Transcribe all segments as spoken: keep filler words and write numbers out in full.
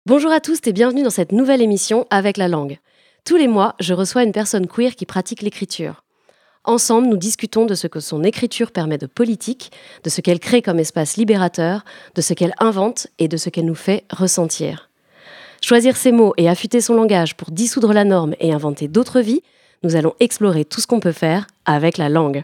Bonjour à tous et bienvenue dans cette nouvelle émission Avec la langue. Tous les mois, je reçois une personne queer qui pratique l'écriture. Ensemble, nous discutons de ce que son écriture permet de politique, de ce qu'elle crée comme espace libérateur, de ce qu'elle invente et de ce qu'elle nous fait ressentir. Choisir ses mots et affûter son langage pour dissoudre la norme et inventer d'autres vies, nous allons explorer tout ce qu'on peut faire avec la langue.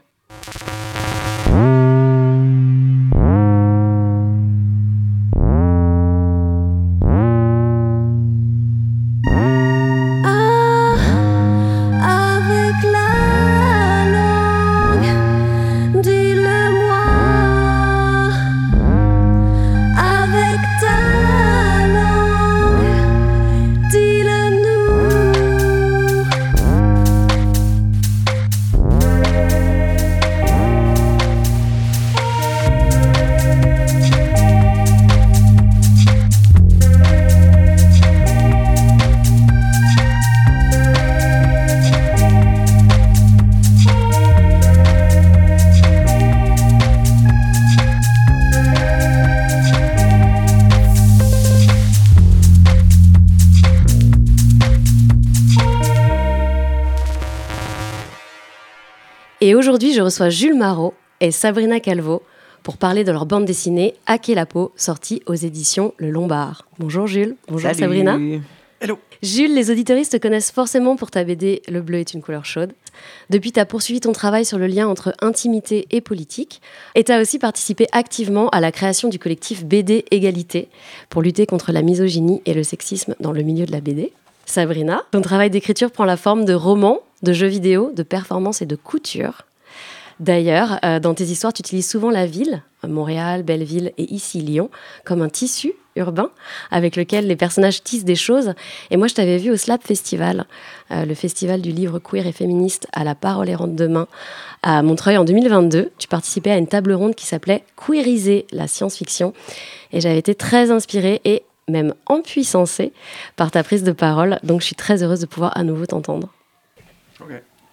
Et aujourd'hui, je reçois Jules Marot et Sabrina Calvo pour parler de leur bande dessinée Hacker la peau, sortie aux éditions Le Lombard. Bonjour Jules, bonjour Salut. Sabrina. Hello. Jules, les auditeuristes te connaissent forcément pour ta B D Le bleu est une couleur chaude. Depuis, tu as poursuivi ton travail sur le lien entre intimité et politique. Et tu as aussi participé activement à la création du collectif B D Égalité pour lutter contre la misogynie et le sexisme dans le milieu de la B D. Sabrina, ton travail d'écriture prend la forme de romans, de jeux vidéo, de performances et de couture. D'ailleurs, euh, dans tes histoires, tu utilises souvent la ville, Montréal, Belleville et ici Lyon, comme un tissu urbain avec lequel les personnages tissent des choses. Et moi, je t'avais vu au Slap Festival, euh, le festival du livre queer et féministe à la parole errante de main à Montreuil en deux mille vingt-deux. Tu participais à une table ronde qui s'appelait « Queeriser la science-fiction ». Et j'avais été très inspirée et même empuissancée par ta prise de parole. Donc, je suis très heureuse de pouvoir à nouveau t'entendre. Ok.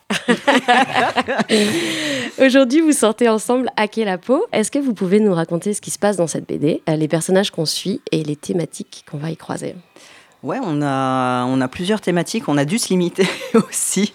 Aujourd'hui, vous sortez ensemble Hacker la peau. Est-ce que vous pouvez nous raconter ce qui se passe dans cette B D, les personnages qu'on suit et les thématiques qu'on va y croiser? Ouais, on a, on a plusieurs thématiques. On a dû se limiter aussi.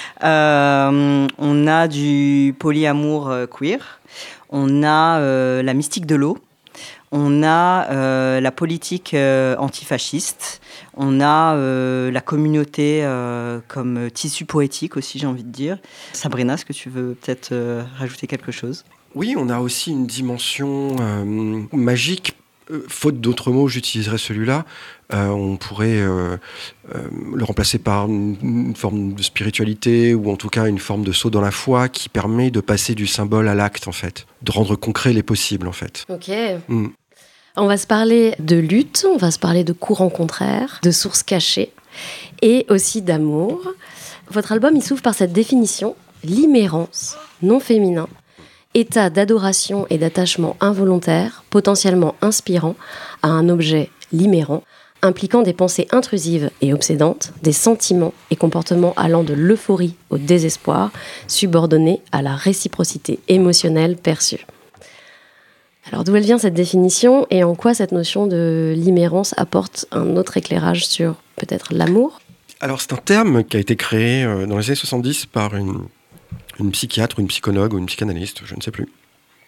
Euh, on a du polyamour euh, queer. On a euh, la mystique de l'eau. On a euh, la politique euh, antifasciste, on a euh, la communauté euh, comme tissu poétique aussi, j'ai envie de dire. Sabrina, est-ce que tu veux peut-être euh, rajouter quelque chose ? Oui, on a aussi une dimension euh, magique. Euh, faute d'autres mots, j'utiliserai celui-là. Euh, on pourrait euh, euh, le remplacer par une, une forme de spiritualité ou en tout cas une forme de saut dans la foi qui permet de passer du symbole à l'acte, en fait, de rendre concret les possibles, en fait. Ok. Mm. On va se parler de lutte, on va se parler de courants contraires, de sources cachées et aussi d'amour. Votre album, il s'ouvre par cette définition, l'imérence, non féminin, état d'adoration et d'attachement involontaire, potentiellement inspirant à un objet limérant, impliquant des pensées intrusives et obsédantes, des sentiments et comportements allant de l'euphorie au désespoir, subordonnés à la réciprocité émotionnelle perçue. Alors d'où elle vient cette définition et en quoi cette notion de limérance apporte un autre éclairage sur peut-être l'amour ? Alors c'est un terme qui a été créé euh, dans les années soixante-dix par une, une psychiatre, une psychologue ou une psychanalyste, je ne sais plus,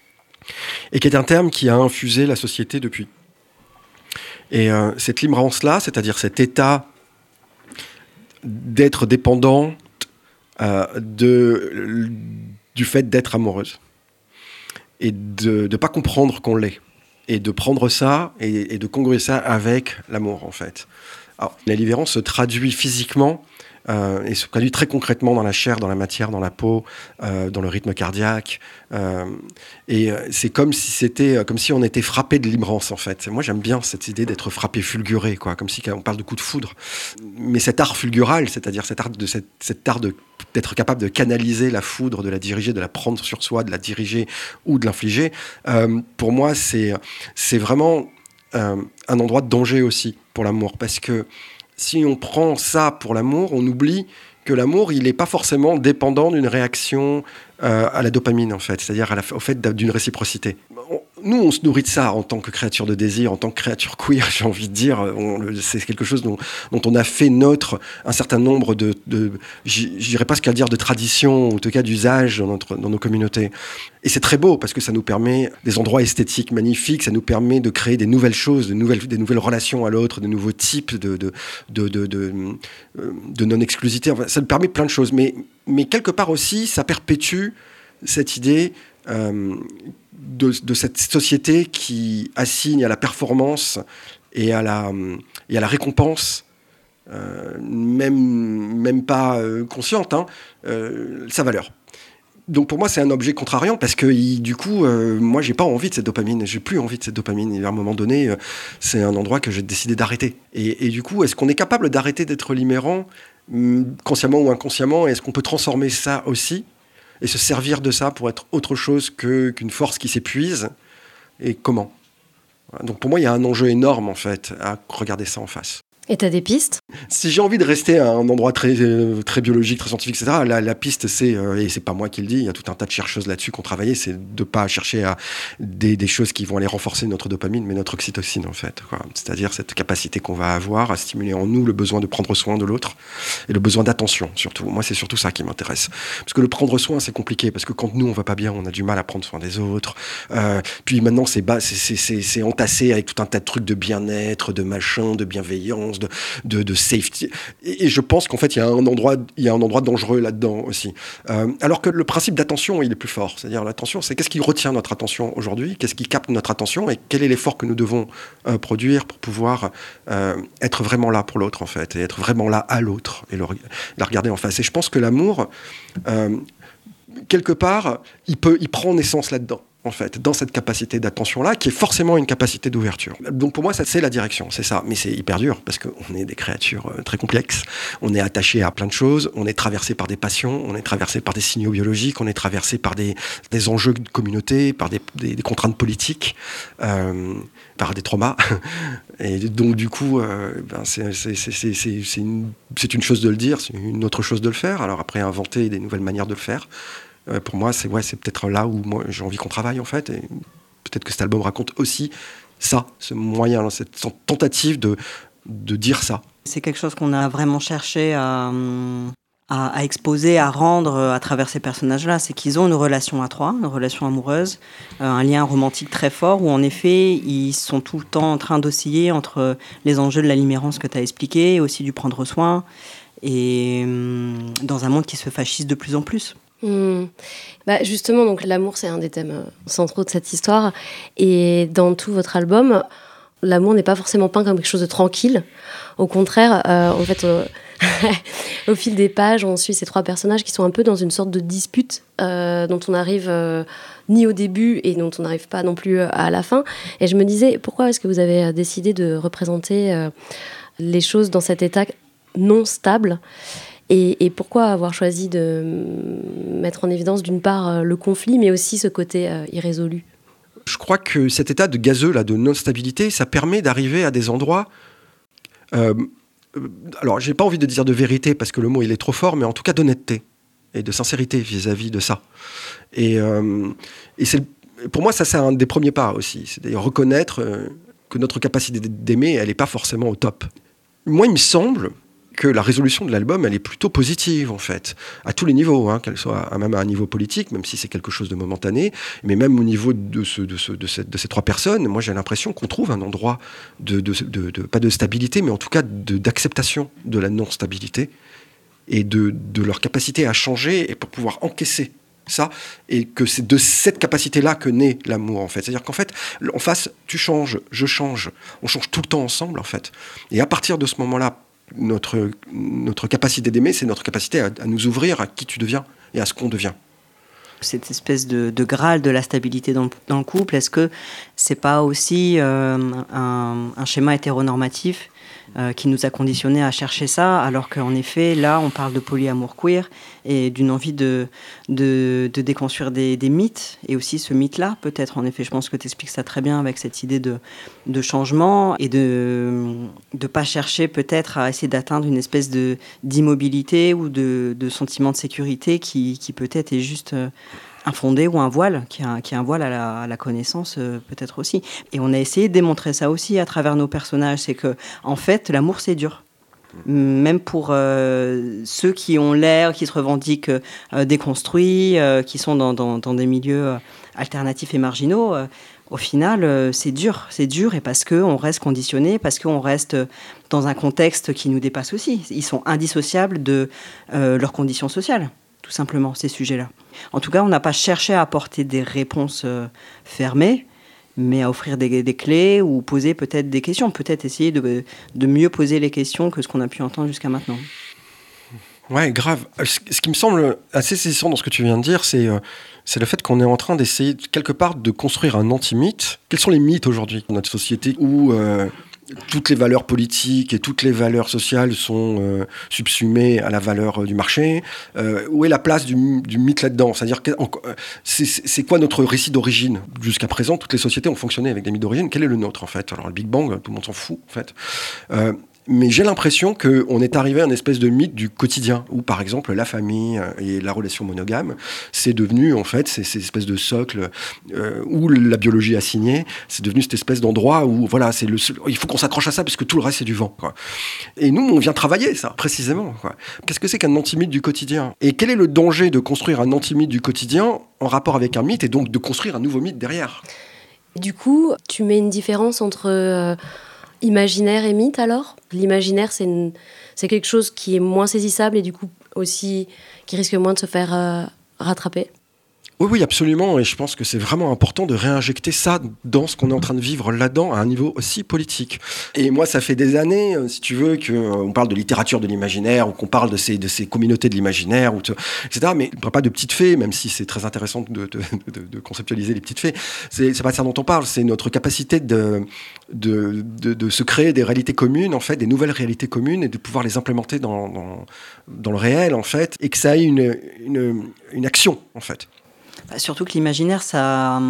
et qui est un terme qui a infusé la société depuis. Et euh, cette limérance-là, c'est-à-dire cet état d'être dépendante euh, de, du fait d'être amoureuse, et de ne pas comprendre qu'on l'est, et de prendre ça et, et de congruer ça avec l'amour, en fait. Alors, la libérance se traduit physiquement euh, et se traduit très concrètement dans la chair, dans la matière, dans la peau, euh, dans le rythme cardiaque. Euh, et c'est comme si c'était, comme si on était frappé de libérance, en fait. Moi, j'aime bien cette idée d'être frappé, fulguré, quoi, comme si on parle de coup de foudre. Mais cet art fulgural, c'est-à-dire cet art de cette, cet art de d'être capable de canaliser la foudre, de la diriger, de la prendre sur soi, de la diriger ou de l'infliger, euh, pour moi, c'est, c'est vraiment euh, un endroit de danger aussi pour l'amour. Parce que si on prend ça pour l'amour, on oublie que l'amour, il n'est pas forcément dépendant d'une réaction euh, à la dopamine, en fait, c'est-à-dire à la, au fait d'une réciprocité. nous, on se nourrit de ça en tant que créature de désir, en tant que créature queer, j'ai envie de dire. On, c'est quelque chose dont, dont on a fait nôtre un certain nombre de, de j'irais pas jusqu'à dire de traditions, ou en tout cas d'usages dans, notre, dans nos communautés. Et c'est très beau parce que ça nous permet des endroits esthétiques magnifiques, ça nous permet de créer des nouvelles choses, de nouvelles, des nouvelles relations à l'autre, de nouveaux types de, de, de, de, de, de non-exclusivité. Enfin, ça nous permet plein de choses. Mais, mais quelque part aussi, ça perpétue cette idée euh, de, de cette société qui assigne à la performance et à la, et à la récompense, euh, même, même pas euh, consciente, hein, euh, sa valeur. Donc pour moi, c'est un objet contrariant parce que il, du coup, euh, moi, j'ai pas envie de cette dopamine. J'ai plus envie de cette dopamine. Et à un moment donné, euh, c'est un endroit que j'ai décidé d'arrêter. Et, et du coup, est-ce qu'on est capable d'arrêter d'être libérant, consciemment ou inconsciemment? Est-ce qu'on peut transformer ça aussi et se servir de ça pour être autre chose que, qu'une force qui s'épuise? Et comment? Donc pour moi, il y a un enjeu énorme, en fait, à regarder ça en face. Et t'as des pistes? Si j'ai envie de rester à un endroit très, euh, très biologique, très scientifique, et cetera, la, la piste, c'est, euh, et c'est pas moi qui le dis, il y a tout un tas de chercheuses là-dessus qui ont travaillé, c'est de pas chercher à des, des choses qui vont aller renforcer notre dopamine, mais notre oxytocine, en fait, quoi. C'est-à-dire cette capacité qu'on va avoir à stimuler en nous le besoin de prendre soin de l'autre et le besoin d'attention, surtout. Moi, c'est surtout ça qui m'intéresse. Parce que le prendre soin, c'est compliqué, parce que quand nous, on va pas bien, on a du mal à prendre soin des autres. Euh, puis maintenant, c'est, bas, c'est, c'est, c'est, c'est entassé avec tout un tas de trucs de bien-être, de machin, de bienveillance, de, de, de safety. Et, et je pense qu'en fait, il y a un endroit, il y a un endroit dangereux là-dedans aussi. Euh, alors que le principe d'attention, il est plus fort. C'est-à-dire l'attention, c'est qu'est-ce qui retient notre attention aujourd'hui, qu'est-ce qui capte notre attention et quel est l'effort que nous devons euh, produire pour pouvoir euh, être vraiment là pour l'autre, en fait, et être vraiment là à l'autre et le, la regarder en face. Et je pense que l'amour, euh, quelque part, il peut, il prend naissance là-dedans, en fait, dans cette capacité d'attention-là, qui est forcément une capacité d'ouverture. Donc pour moi, ça, c'est la direction, c'est ça. Mais c'est hyper dur, parce qu'on est des créatures euh, très complexes, on est attaché à plein de choses, on est traversé par des passions, on est traversé par des signaux biologiques, on est traversé par des, des enjeux de communauté, par des, des, des contraintes politiques, euh, par des traumas. Et donc du coup, euh, ben, c'est, c'est, c'est, c'est, c'est, c'est, une, c'est une chose de le dire, c'est une autre chose de le faire. Alors après, inventer des nouvelles manières de le faire, Euh, pour moi, c'est, ouais, c'est peut-être là où moi, j'ai envie qu'on travaille, en fait. Et peut-être que cet album raconte aussi ça, ce moyen, cette tentative de, de dire ça. C'est quelque chose qu'on a vraiment cherché à, à, à exposer, à rendre à travers ces personnages-là. C'est qu'ils ont une relation à trois, une relation amoureuse, euh, un lien romantique très fort, où en effet, ils sont tout le temps en train d'osciller entre les enjeux de la limérance que tu as expliqué, et aussi du prendre soin, et euh, dans un monde qui se fascise de plus en plus. Mmh. Bah justement, donc l'amour, c'est un des thèmes centraux de cette histoire. Et dans tout votre album, l'amour n'est pas forcément peint comme quelque chose de tranquille. Au contraire, euh, en fait, euh, au fil des pages, on suit ces trois personnages qui sont un peu dans une sorte de dispute euh, dont on arrive euh, ni au début et dont on n'arrive pas non plus à la fin. Et je me disais, pourquoi est-ce que vous avez décidé de représenter euh, les choses dans cet état non stable ? Et, et pourquoi avoir choisi de mettre en évidence d'une part le conflit, mais aussi ce côté euh, irrésolu ? Je crois que cet état de gazeux, là, de non-stabilité, ça permet d'arriver à des endroits... Euh, alors, j'ai pas envie de dire de vérité, parce que le mot, il est trop fort, mais en tout cas d'honnêteté et de sincérité vis-à-vis de ça. Et, euh, et c'est, pour moi, ça, c'est un des premiers pas aussi. C'est d'ailleurs reconnaître euh, que notre capacité d'aimer, elle n'est pas forcément au top. Moi, il me semble... que la résolution de l'album, elle est plutôt positive, en fait, à tous les niveaux, hein, qu'elle soit même à un niveau politique, même si c'est quelque chose de momentané, mais même au niveau de, ce, de, ce, de, cette, de ces trois personnes, moi j'ai l'impression qu'on trouve un endroit, de, de, de, de, pas de stabilité, mais en tout cas de, d'acceptation de la non-stabilité et de, de leur capacité à changer et pour pouvoir encaisser ça, et que c'est de cette capacité-là que naît l'amour, en fait. C'est-à-dire qu'en fait, en face, tu changes, je change, on change tout le temps ensemble, en fait. Et à partir de ce moment-là, Notre, notre capacité d'aimer, c'est notre capacité à, à nous ouvrir à qui tu deviens et à ce qu'on devient. Cette espèce de, de graal de la stabilité dans, dans le couple, est-ce que c'est pas aussi euh, un, un schéma hétéronormatif euh, qui nous a conditionnés à chercher ça, alors qu'en effet, là, on parle de polyamour queer et d'une envie de, de, de déconstruire des, des mythes, et aussi ce mythe-là, peut-être, en effet, je pense que tu expliques ça très bien avec cette idée de, de changement et de ne pas chercher peut-être à essayer d'atteindre une espèce de, d'immobilité ou de, de sentiment de sécurité qui, qui peut-être est juste infondé ou un voile, qui est un, qui est un voile à la, à la connaissance euh, peut-être aussi. Et on a essayé de démontrer ça aussi à travers nos personnages, c'est que en fait l'amour c'est dur. Même pour euh, ceux qui ont l'air, qui se revendiquent euh, déconstruits, euh, qui sont dans, dans, dans des milieux euh, alternatifs et marginaux, euh, au final, euh, c'est dur. C'est dur et parce qu'on reste conditionné, parce qu'on reste dans un contexte qui nous dépasse aussi. Ils sont indissociables de euh, leurs conditions sociales, tout simplement, ces sujets-là. En tout cas, on n'a pas cherché à apporter des réponses euh, fermées, mais à offrir des, des clés ou poser peut-être des questions, peut-être essayer de, de mieux poser les questions que ce qu'on a pu entendre jusqu'à maintenant. Ouais, grave. Ce, ce qui me semble assez saisissant dans ce que tu viens de dire, c'est, euh, c'est le fait qu'on est en train d'essayer, quelque part, de construire un anti-mythe. Quels sont les mythes aujourd'hui dans notre société où euh, toutes les valeurs politiques et toutes les valeurs sociales sont euh, subsumées à la valeur euh, du marché? euh, Où est la place du, du mythe là-dedans? C'est-à-dire, que, en, c'est, c'est quoi notre récit d'origine? Jusqu'à présent, toutes les sociétés ont fonctionné avec des mythes d'origine. Quel est le nôtre, en fait? Alors, le Big Bang, tout le monde s'en fout, en fait. Euh, Mais j'ai l'impression qu'on est arrivé à une espèce de mythe du quotidien, où par exemple la famille et la relation monogame, c'est devenu en fait ces, ces espèces de socles euh, où la biologie a signé, c'est devenu cette espèce d'endroit où voilà, c'est le seul, il faut qu'on s'accroche à ça parce que tout le reste c'est du vent, quoi. Et nous, on vient travailler ça, précisément, quoi. Qu'est-ce que c'est qu'un anti-mythe du quotidien? Et quel est le danger de construire un anti-mythe du quotidien en rapport avec un mythe et donc de construire un nouveau mythe derrière? Du coup, tu mets une différence entre... Euh imaginaire et mythe, alors? L'imaginaire, c'est, une, c'est quelque chose qui est moins saisissable et du coup aussi qui risque moins de se faire euh, rattraper? Oui, oui, absolument. Et je pense que c'est vraiment important de réinjecter ça dans ce qu'on est en train de vivre là-dedans à un niveau aussi politique. Et moi, ça fait des années, si tu veux, qu'on parle de littérature de l'imaginaire ou qu'on parle de ces, de ces communautés de l'imaginaire, ou de, et cetera. Mais pas de petites fées, même si c'est très intéressant de, de, de, de conceptualiser les petites fées. C'est, c'est pas de ça dont on parle. C'est notre capacité de, de, de, de se créer des réalités communes, en fait, des nouvelles réalités communes et de pouvoir les implémenter dans, dans, dans le réel, en fait, et que ça ait une, une, une action, en fait. Surtout que l'imaginaire, ça,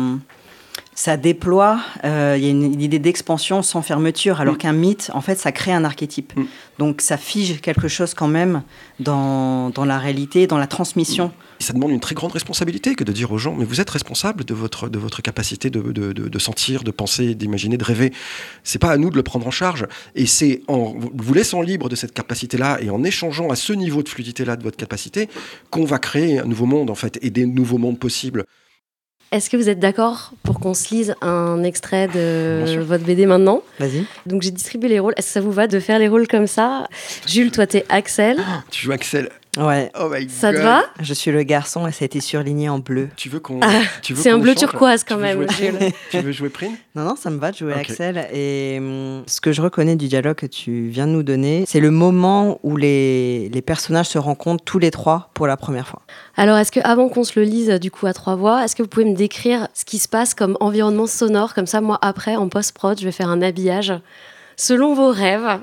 ça déploie, il euh, y a une, une idée d'expansion sans fermeture, alors mmh. qu'un mythe, en fait, ça crée un archétype. Mmh. Donc ça fige quelque chose quand même dans, dans la réalité, dans la transmission. Ça demande une très grande responsabilité que de dire aux gens, mais vous êtes responsable de votre, de votre capacité de, de, de, de sentir, de penser, d'imaginer, de rêver. C'est pas à nous de le prendre en charge. Et c'est en vous laissant libre de cette capacité-là et en échangeant à ce niveau de fluidité-là de votre capacité qu'on va créer un nouveau monde, en fait, et des nouveaux mondes possibles. Est-ce que vous êtes d'accord pour qu'on se lise un extrait de votre B D maintenant? Vas-y. Donc j'ai distribué les rôles. Est-ce que ça vous va de faire les rôles comme ça? Jules, toi t'es Axel. Oh, tu joues Axel. Ouais. Oh my ça God. te va? Je suis le garçon et ça a été surligné en bleu. Tu veux qu'on. Ah, tu veux c'est qu'on un bleu change turquoise quand tu même, Jules. Tu veux jouer Prine? Non, non, ça me va de jouer Okay. Axel. Et hum, ce que je reconnais du dialogue que tu viens de nous donner, c'est le moment où les, les personnages se rencontrent tous les trois pour la première fois. Alors, est-ce que avant qu'on se le lise du coup à trois voix, est-ce que vous pouvez me décrire ce qui se passe comme environnement sonore? Comme ça, moi, après, en post-prod, je vais faire un habillage selon vos rêves.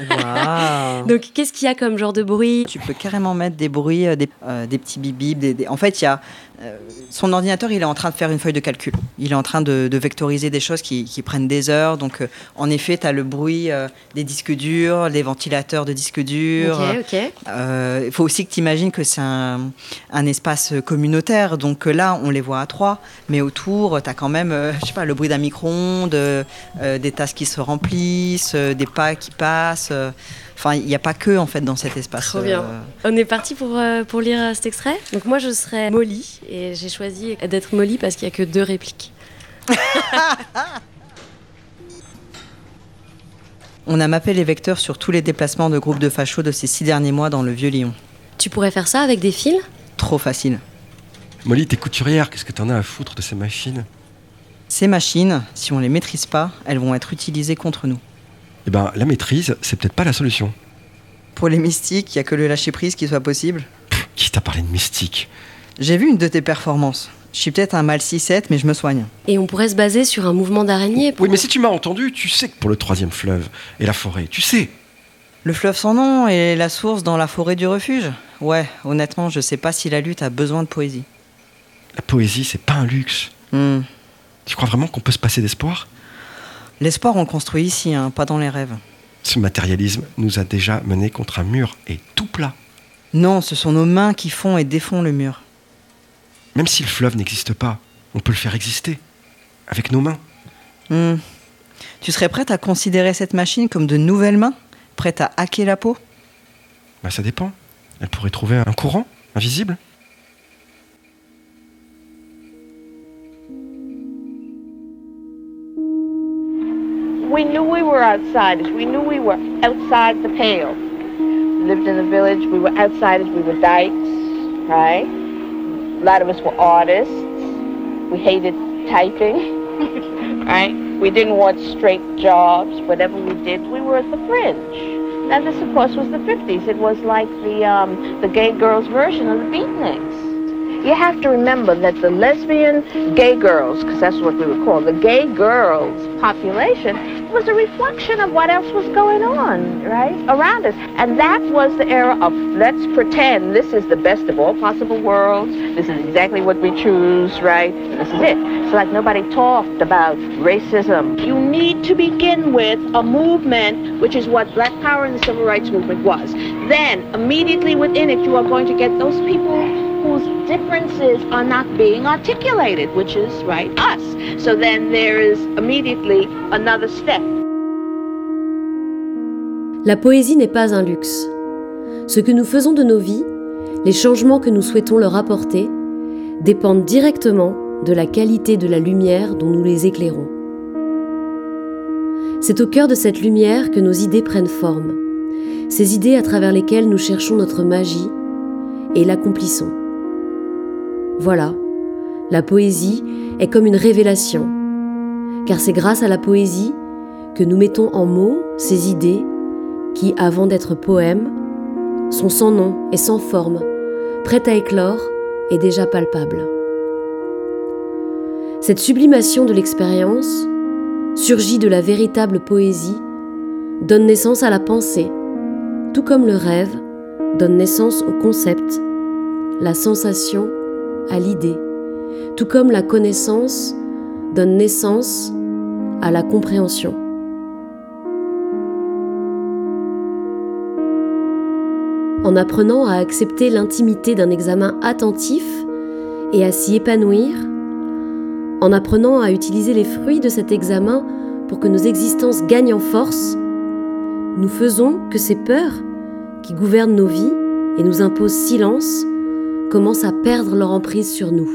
Wow. Donc, qu'est-ce qu'il y a comme genre de bruit? Tu peux carrément mettre des bruits, euh, des, euh, des petits bip-bip. Des, des... En fait, il y a euh, son ordinateur, il est en train de faire une feuille de calcul. Il est en train de, de vectoriser des choses qui, qui prennent des heures. Donc, euh, en effet, tu as le bruit euh, des disques durs, des ventilateurs de disques durs. Ok, ok. Euh, il faut aussi que tu imagines que c'est un, un espace communautaire. Donc euh, là, on les voit à trois. Mais autour, tu as quand même, euh, je sais pas, le bruit d'un micro-ondes, euh, des tasses qui se remplissent, euh, des pas qui passent. Euh, Enfin, il n'y a pas que, en fait, dans cet espace. Trop bien. Euh... On est parti pour, euh, pour lire cet extrait. Donc moi, je serai Molly. Et j'ai choisi d'être Molly parce qu'il n'y a que deux répliques. On a mappé les vecteurs sur tous les déplacements de groupes de fachos de ces six derniers mois dans le Vieux-Lyon. Tu pourrais faire ça avec des fils? Trop facile. Molly, t'es couturière. Qu'est-ce que t'en as à foutre de ces machines? Ces machines, si on ne les maîtrise pas, elles vont être utilisées contre nous. Eh ben, la maîtrise, c'est peut-être pas la solution. Pour les mystiques, il n'y a que le lâcher-prise qui soit possible. Pff, qui t'a parlé de mystique? J'ai vu une de tes performances. Je suis peut-être un mal six sept, mais je me soigne. Et on pourrait se baser sur un mouvement d'araignée pour... Oui, mais si tu m'as entendu, tu sais que pour le troisième fleuve et la forêt, tu sais. Le fleuve sans nom et la source dans la forêt du refuge? Ouais, honnêtement, je sais pas si la lutte a besoin de poésie. La poésie, c'est pas un luxe. Hmm. Tu crois vraiment qu'on peut se passer d'espoir? L'espoir, on le construit ici, hein, pas dans les rêves. Ce matérialisme nous a déjà menés contre un mur et tout plat. Non, ce sont nos mains qui font et défont le mur. même si le fleuve n'existe pas, on peut le faire exister, avec nos mains. Mmh. Tu serais prête à considérer cette machine comme de nouvelles mains, prête à hacker la peau ? Bah, ça dépend. Elle pourrait trouver un courant invisible. We knew we were outsiders. We knew we were outside the pale. We lived in the village. We were outsiders. We were dykes, right? A lot of us were artists. We hated typing, right? We didn't want straight jobs. Whatever we did, we were at the fringe. And this, of course, was the fifties. It was like the um, the gay girls' version of the beatniks. You have to remember that the lesbian gay girls, because that's what we were called, the gay girls population was a reflection of what else was going on, right, around us. And that was the era of let's pretend this is the best of all possible worlds. This is exactly what we choose, right? This is it. So like nobody talked about racism. You need to begin with a movement, which is what Black Power and the Civil Rights Movement was. Then, immediately within it, you are going to get those people whose differences are not being articulated, which is, right, us. So then there is immediately another step. La poésie n'est pas un luxe. Ce que nous faisons de nos vies, les changements que nous souhaitons leur apporter, dépendent directement de la qualité de la lumière dont nous les éclairons. C'est au cœur de cette lumière que nos idées prennent forme, ces idées à travers lesquelles nous cherchons notre magie et l'accomplissons. Voilà, la poésie est comme une révélation, car c'est grâce à la poésie que nous mettons en mots ces idées qui, avant d'être poèmes, sont sans nom et sans forme, prêtes à éclore et déjà palpables. Cette sublimation de l'expérience surgit de la véritable poésie, donne naissance à la pensée, tout comme le rêve donne naissance au concept, la sensation à l'idée, tout comme la connaissance donne naissance à la compréhension. En apprenant à accepter l'intimité d'un examen attentif et à s'y épanouir, en apprenant à utiliser les fruits de cet examen pour que nos existences gagnent en force, nous faisons que ces peurs qui gouvernent nos vies et nous imposent silence commencent à perdre leur emprise sur nous.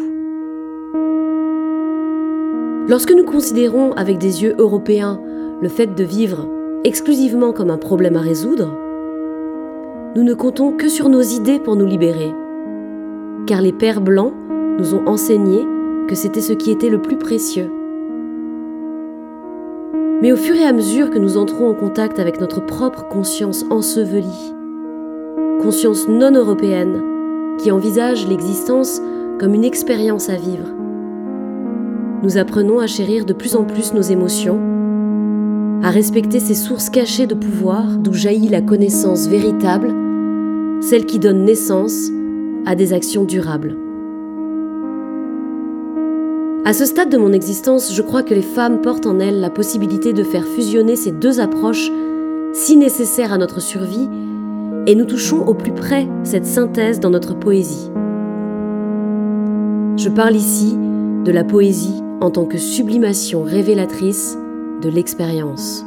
Lorsque nous considérons avec des yeux européens le fait de vivre exclusivement comme un problème à résoudre, nous ne comptons que sur nos idées pour nous libérer, car les pères blancs nous ont enseigné que c'était ce qui était le plus précieux. Mais au fur et à mesure que nous entrons en contact avec notre propre conscience ensevelie, conscience non européenne, qui envisage l'existence comme une expérience à vivre, nous apprenons à chérir de plus en plus nos émotions, à respecter ces sources cachées de pouvoir d'où jaillit la connaissance véritable, celle qui donne naissance à des actions durables. À ce stade de mon existence, je crois que les femmes portent en elles la possibilité de faire fusionner ces deux approches si nécessaires à notre survie, et nous touchons au plus près cette synthèse dans notre poésie. Je parle ici de la poésie en tant que sublimation révélatrice de l'expérience.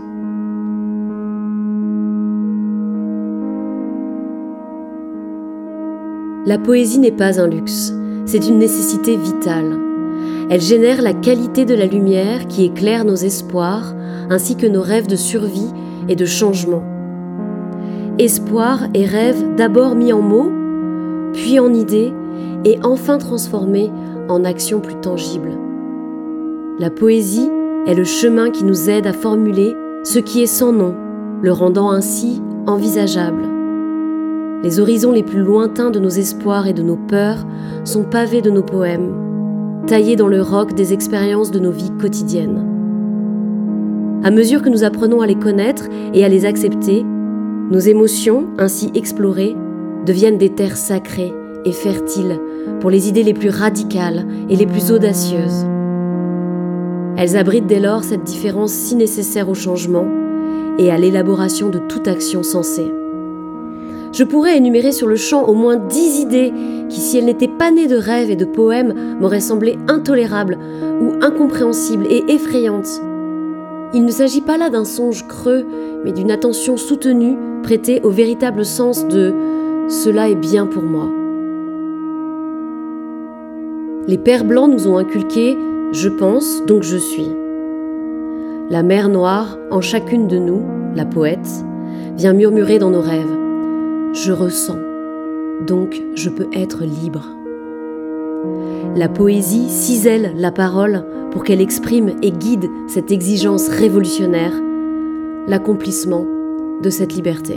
La poésie n'est pas un luxe, c'est une nécessité vitale. Elle génère la qualité de la lumière qui éclaire nos espoirs, ainsi que nos rêves de survie et de changement. Espoir et rêve d'abord mis en mots, puis en idées, et enfin transformés en actions plus tangibles. La poésie est le chemin qui nous aide à formuler ce qui est sans nom, le rendant ainsi envisageable. Les horizons les plus lointains de nos espoirs et de nos peurs sont pavés de nos poèmes, taillés dans le roc des expériences de nos vies quotidiennes. À mesure que nous apprenons à les connaître et à les accepter, nos émotions, ainsi explorées, deviennent des terres sacrées et fertiles pour les idées les plus radicales et les plus audacieuses. Elles abritent dès lors cette différence si nécessaire au changement et à l'élaboration de toute action sensée. Je pourrais énumérer sur le champ au moins dix idées qui, si elles n'étaient pas nées de rêves et de poèmes, m'auraient semblé intolérables ou incompréhensibles et effrayantes. Il ne s'agit pas là d'un songe creux, mais d'une attention soutenue prêtée au véritable sens de « cela est bien pour moi ». Les pères blancs nous ont inculqué « je pense, donc je suis ». La mer noire, en chacune de nous, la poète, vient murmurer dans nos rêves « je ressens, donc je peux être libre ». La poésie cisèle la parole pour qu'elle exprime et guide cette exigence révolutionnaire, l'accomplissement de cette liberté.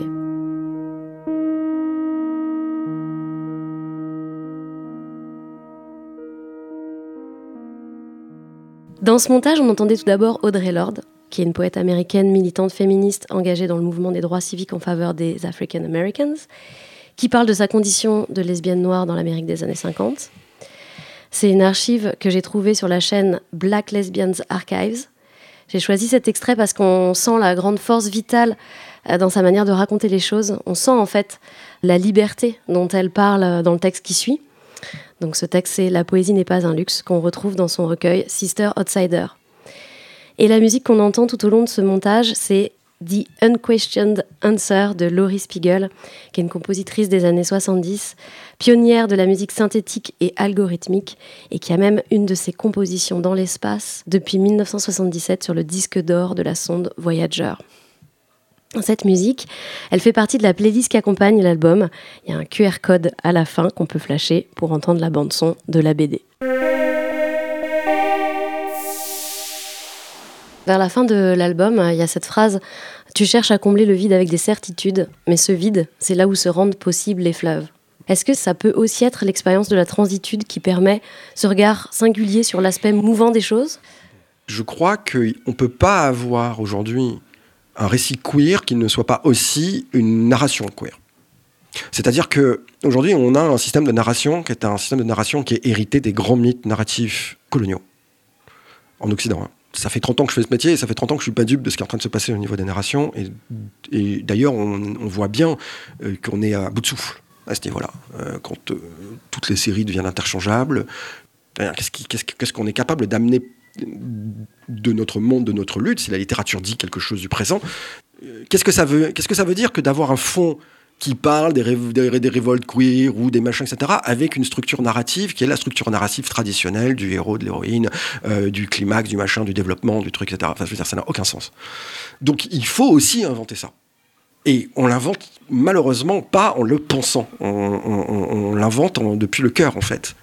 Dans ce montage, on entendait tout d'abord Audre Lorde, qui est une poète américaine militante féministe engagée dans le mouvement des droits civiques en faveur des African Americans, qui parle de sa condition de lesbienne noire dans l'Amérique des années cinquante. C'est une archive que j'ai trouvée sur la chaîne Black Lesbians Archives. J'ai choisi cet extrait parce qu'on sent la grande force vitale dans sa manière de raconter les choses. On sent en fait la liberté dont elle parle dans le texte qui suit. Donc ce texte, c'est « La poésie n'est pas un luxe » qu'on retrouve dans son recueil « Sister Outsider ». Et la musique qu'on entend tout au long de ce montage, c'est « The Unquestioned Answer » de Laurie Spiegel, qui est une compositrice des années soixante-dix, pionnière de la musique synthétique et algorithmique, et qui a même une de ses compositions dans l'espace depuis dix-neuf cent soixante-dix-sept sur le disque d'or de la sonde Voyager. Cette musique, elle fait partie de la playlist qui accompagne l'album. Il y a un Q R code à la fin qu'on peut flasher pour entendre la bande-son de la B D. Vers la fin de l'album, il y a cette phrase « Tu cherches à combler le vide avec des certitudes, mais ce vide, c'est là où se rendent possibles les fleuves ». Est-ce que ça peut aussi être l'expérience de la transitude qui permet ce regard singulier sur l'aspect mouvant des choses ? Je crois qu'on ne peut pas avoir aujourd'hui un récit queer qui ne soit pas aussi une narration queer. C'est-à-dire qu'aujourd'hui, on a un système de narration qui est un système de narration qui est hérité des grands mythes narratifs coloniaux en Occident. Ça fait trente ans que je fais ce métier et ça fait trente ans que je ne suis pas dupe de ce qui est en train de se passer au niveau des narrations. Et, et d'ailleurs, on, on voit bien euh, qu'on est à bout de souffle à ce niveau-là. Euh, quand euh, toutes les séries deviennent interchangeables, qu'est-ce, qui, qu'est-ce, qu'est-ce qu'on est capable d'amener de notre monde, de notre lutte, si la littérature dit quelque chose du présent, euh, qu'est-ce que ça veut, qu'est-ce que ça veut dire que d'avoir un fond qui parle des, ré- des, des révoltes queer ou des machins, et cetera, avec une structure narrative qui est la structure narrative traditionnelle du héros, de l'héroïne, euh, du climax, du machin, du développement, du truc, et cetera. Enfin, je veux dire, ça n'a aucun sens. Donc, il faut aussi inventer ça. Et on l'invente malheureusement pas en le pensant. On, on, on, on l'invente en, depuis le cœur, en fait.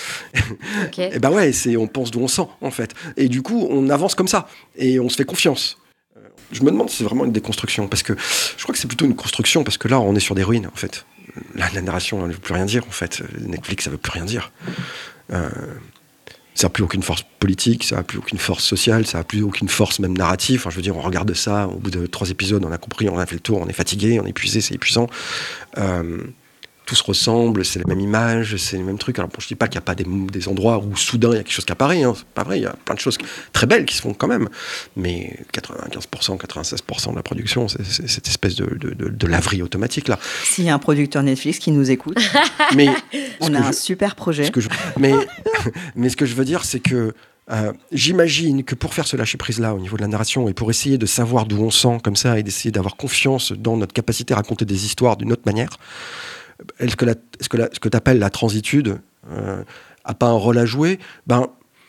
Okay. Et ben ouais, c'est, on pense d'où on sent, en fait. Et du coup, on avance comme ça. Et on se fait confiance. Je me demande si c'est vraiment une déconstruction, parce que je crois que c'est plutôt une construction, parce que là, on est sur des ruines, en fait. La, la narration, elle ne veut plus rien dire, en fait. Netflix, ça ne veut plus rien dire. Euh, ça n'a plus aucune force politique, ça n'a plus aucune force sociale, ça n'a plus aucune force même narrative. Enfin, je veux dire, on regarde ça, au bout de trois épisodes, on a compris, on a fait le tour, on est fatigué, on est épuisé, c'est épuisant. Euh, tout se ressemble, c'est la même image, c'est les mêmes trucs. Alors bon, je dis pas qu'il n'y a pas des, des endroits où soudain il y a quelque chose qui apparaît, hein. C'est pas vrai, il y a plein de choses très belles qui se font quand même, mais quatre-vingt-quinze pour cent, quatre-vingt-seize pour cent de la production, c'est, c'est cette espèce de, de, de, de laverie automatique là. S'il y a un producteur Netflix qui nous écoute, mais on a un je, super projet. Ce que je, mais, mais ce que je veux dire, c'est que Euh, j'imagine que pour faire ce lâcher-prise-là au niveau de la narration et pour essayer de savoir d'où on sent comme ça et d'essayer d'avoir confiance dans notre capacité à raconter des histoires d'une autre manière, est-ce que, la, est-ce que la, ce que tu appelles la transitude euh, a pas un rôle à jouer ? Ben,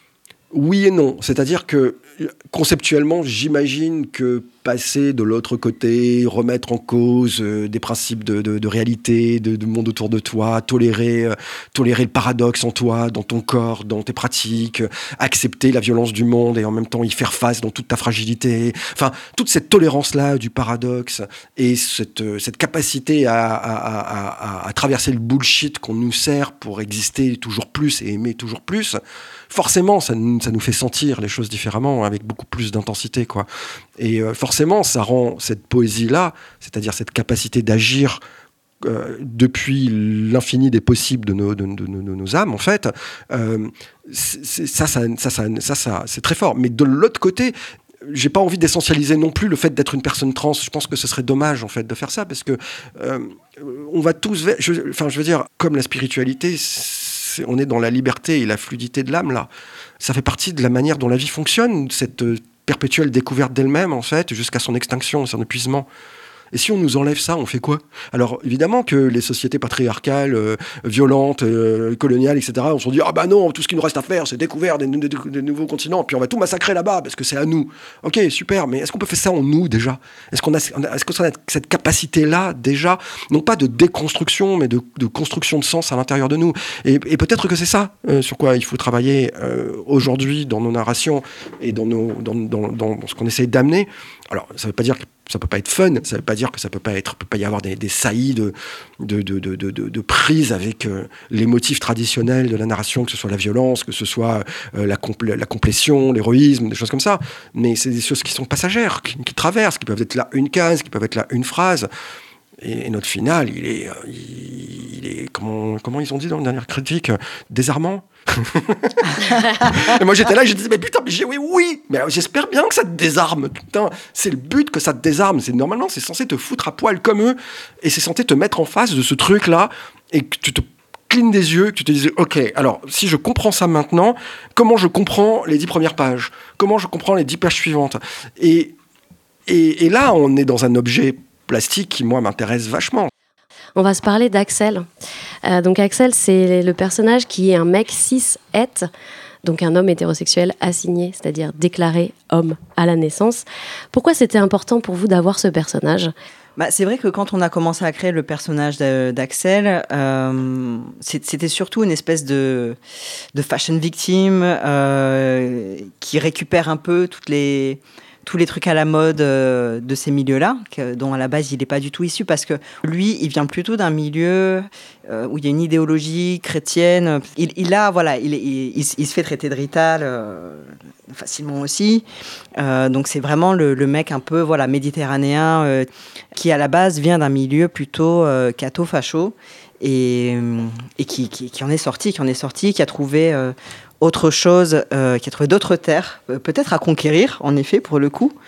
oui et non. C'est-à-dire que conceptuellement, j'imagine que passer de l'autre côté, remettre en cause euh, des principes de, de, de réalité, de, de monde autour de toi, tolérer, euh, tolérer le paradoxe en toi, dans ton corps, dans tes pratiques, euh, accepter la violence du monde et en même temps y faire face dans toute ta fragilité. Enfin, toute cette tolérance-là du paradoxe et cette, euh, cette capacité à, à, à, à, à traverser le bullshit qu'on nous sert pour exister toujours plus et aimer toujours plus, forcément, ça, ça nous fait sentir les choses différemment, avec beaucoup plus d'intensité, quoi. Et euh, forcément, ça rend cette poésie-là, c'est-à-dire cette capacité d'agir euh, depuis l'infini des possibles de nos, de, de, de, de nos âmes, en fait, euh, c'est, ça, ça, ça, ça, ça, ça, c'est très fort. Mais de l'autre côté, j'ai pas envie d'essentialiser non plus le fait d'être une personne trans. Je pense que ce serait dommage en fait de faire ça parce que euh, on va tous, vers, je, enfin je veux dire, comme la spiritualité, c'est, on est dans la liberté et la fluidité de l'âme là. Ça fait partie de la manière dont la vie fonctionne, cette euh, perpétuelle découverte d'elle-même en fait, jusqu'à son extinction, son épuisement. Et si on nous enlève ça, on fait quoi ? Alors, évidemment que les sociétés patriarcales, euh, violentes, euh, coloniales, et cetera, on se dit « Ah bah non, tout ce qu'il nous reste à faire, c'est découvrir des, des, des nouveaux continents, puis on va tout massacrer là-bas, parce que c'est à nous. » Ok, super, mais est-ce qu'on peut faire ça en nous, déjà ? Est-ce qu'on a, est-ce qu'on a cette capacité-là, déjà, non pas de déconstruction, mais de, de construction de sens à l'intérieur de nous ? Et, et peut-être que c'est ça euh, sur quoi il faut travailler euh, aujourd'hui dans nos narrations et dans, nos, dans, dans, dans ce qu'on essaye d'amener. Alors, ça ne veut pas dire que ça peut pas être fun, ça veut pas dire que ça peut pas être, peut pas y avoir des, des saillies de, de, de, de, de, de prise avec euh, les motifs traditionnels de la narration, que ce soit la violence, que ce soit euh, la, compl- la complétion, l'héroïsme, des choses comme ça. Mais c'est des choses qui sont passagères, qui, qui traversent, qui peuvent être là une case, qui peuvent être là une phrase. Et, et notre final, il est, il, il est comment, comment ils ont dit dans la dernière critique, désarmant. Et moi j'étais là et je disais mais putain mais j'ai oui oui mais j'espère bien que ça te désarme, putain c'est le but que ça te désarme, c'est normalement c'est censé te foutre à poil comme eux et c'est censé te mettre en face de ce truc là et que tu te clignes des yeux, que tu te dises ok alors si je comprends ça maintenant, comment je comprends les dix premières pages, comment je comprends les dix pages suivantes et, et, et là on est dans un objet plastique qui moi m'intéresse vachement. On va se parler d'Axel. Euh, donc Axel, c'est le personnage qui est un mec cis-het, donc un homme hétérosexuel assigné, c'est-à-dire déclaré homme à la naissance. Pourquoi c'était important pour vous d'avoir ce personnage ? Bah, c'est vrai que quand on a commencé à créer le personnage d'Axel, euh, c'était surtout une espèce de, de fashion victime euh, qui récupère un peu toutes les... tous les trucs à la mode euh, de ces milieux-là, que, dont à la base il n'est pas du tout issu, parce que lui, il vient plutôt d'un milieu euh, où il y a une idéologie chrétienne. Il, il a, voilà, il, il, il, il se fait traiter de rital euh, facilement aussi. Euh, donc c'est vraiment le, le mec un peu, voilà, méditerranéen euh, qui à la base vient d'un milieu plutôt euh, catho-facho et, et qui, qui, qui en est sorti, qui en est sorti, qui a trouvé euh, autre chose, euh, qui a trouvé d'autres terres, euh, peut-être à conquérir, en effet, pour le coup.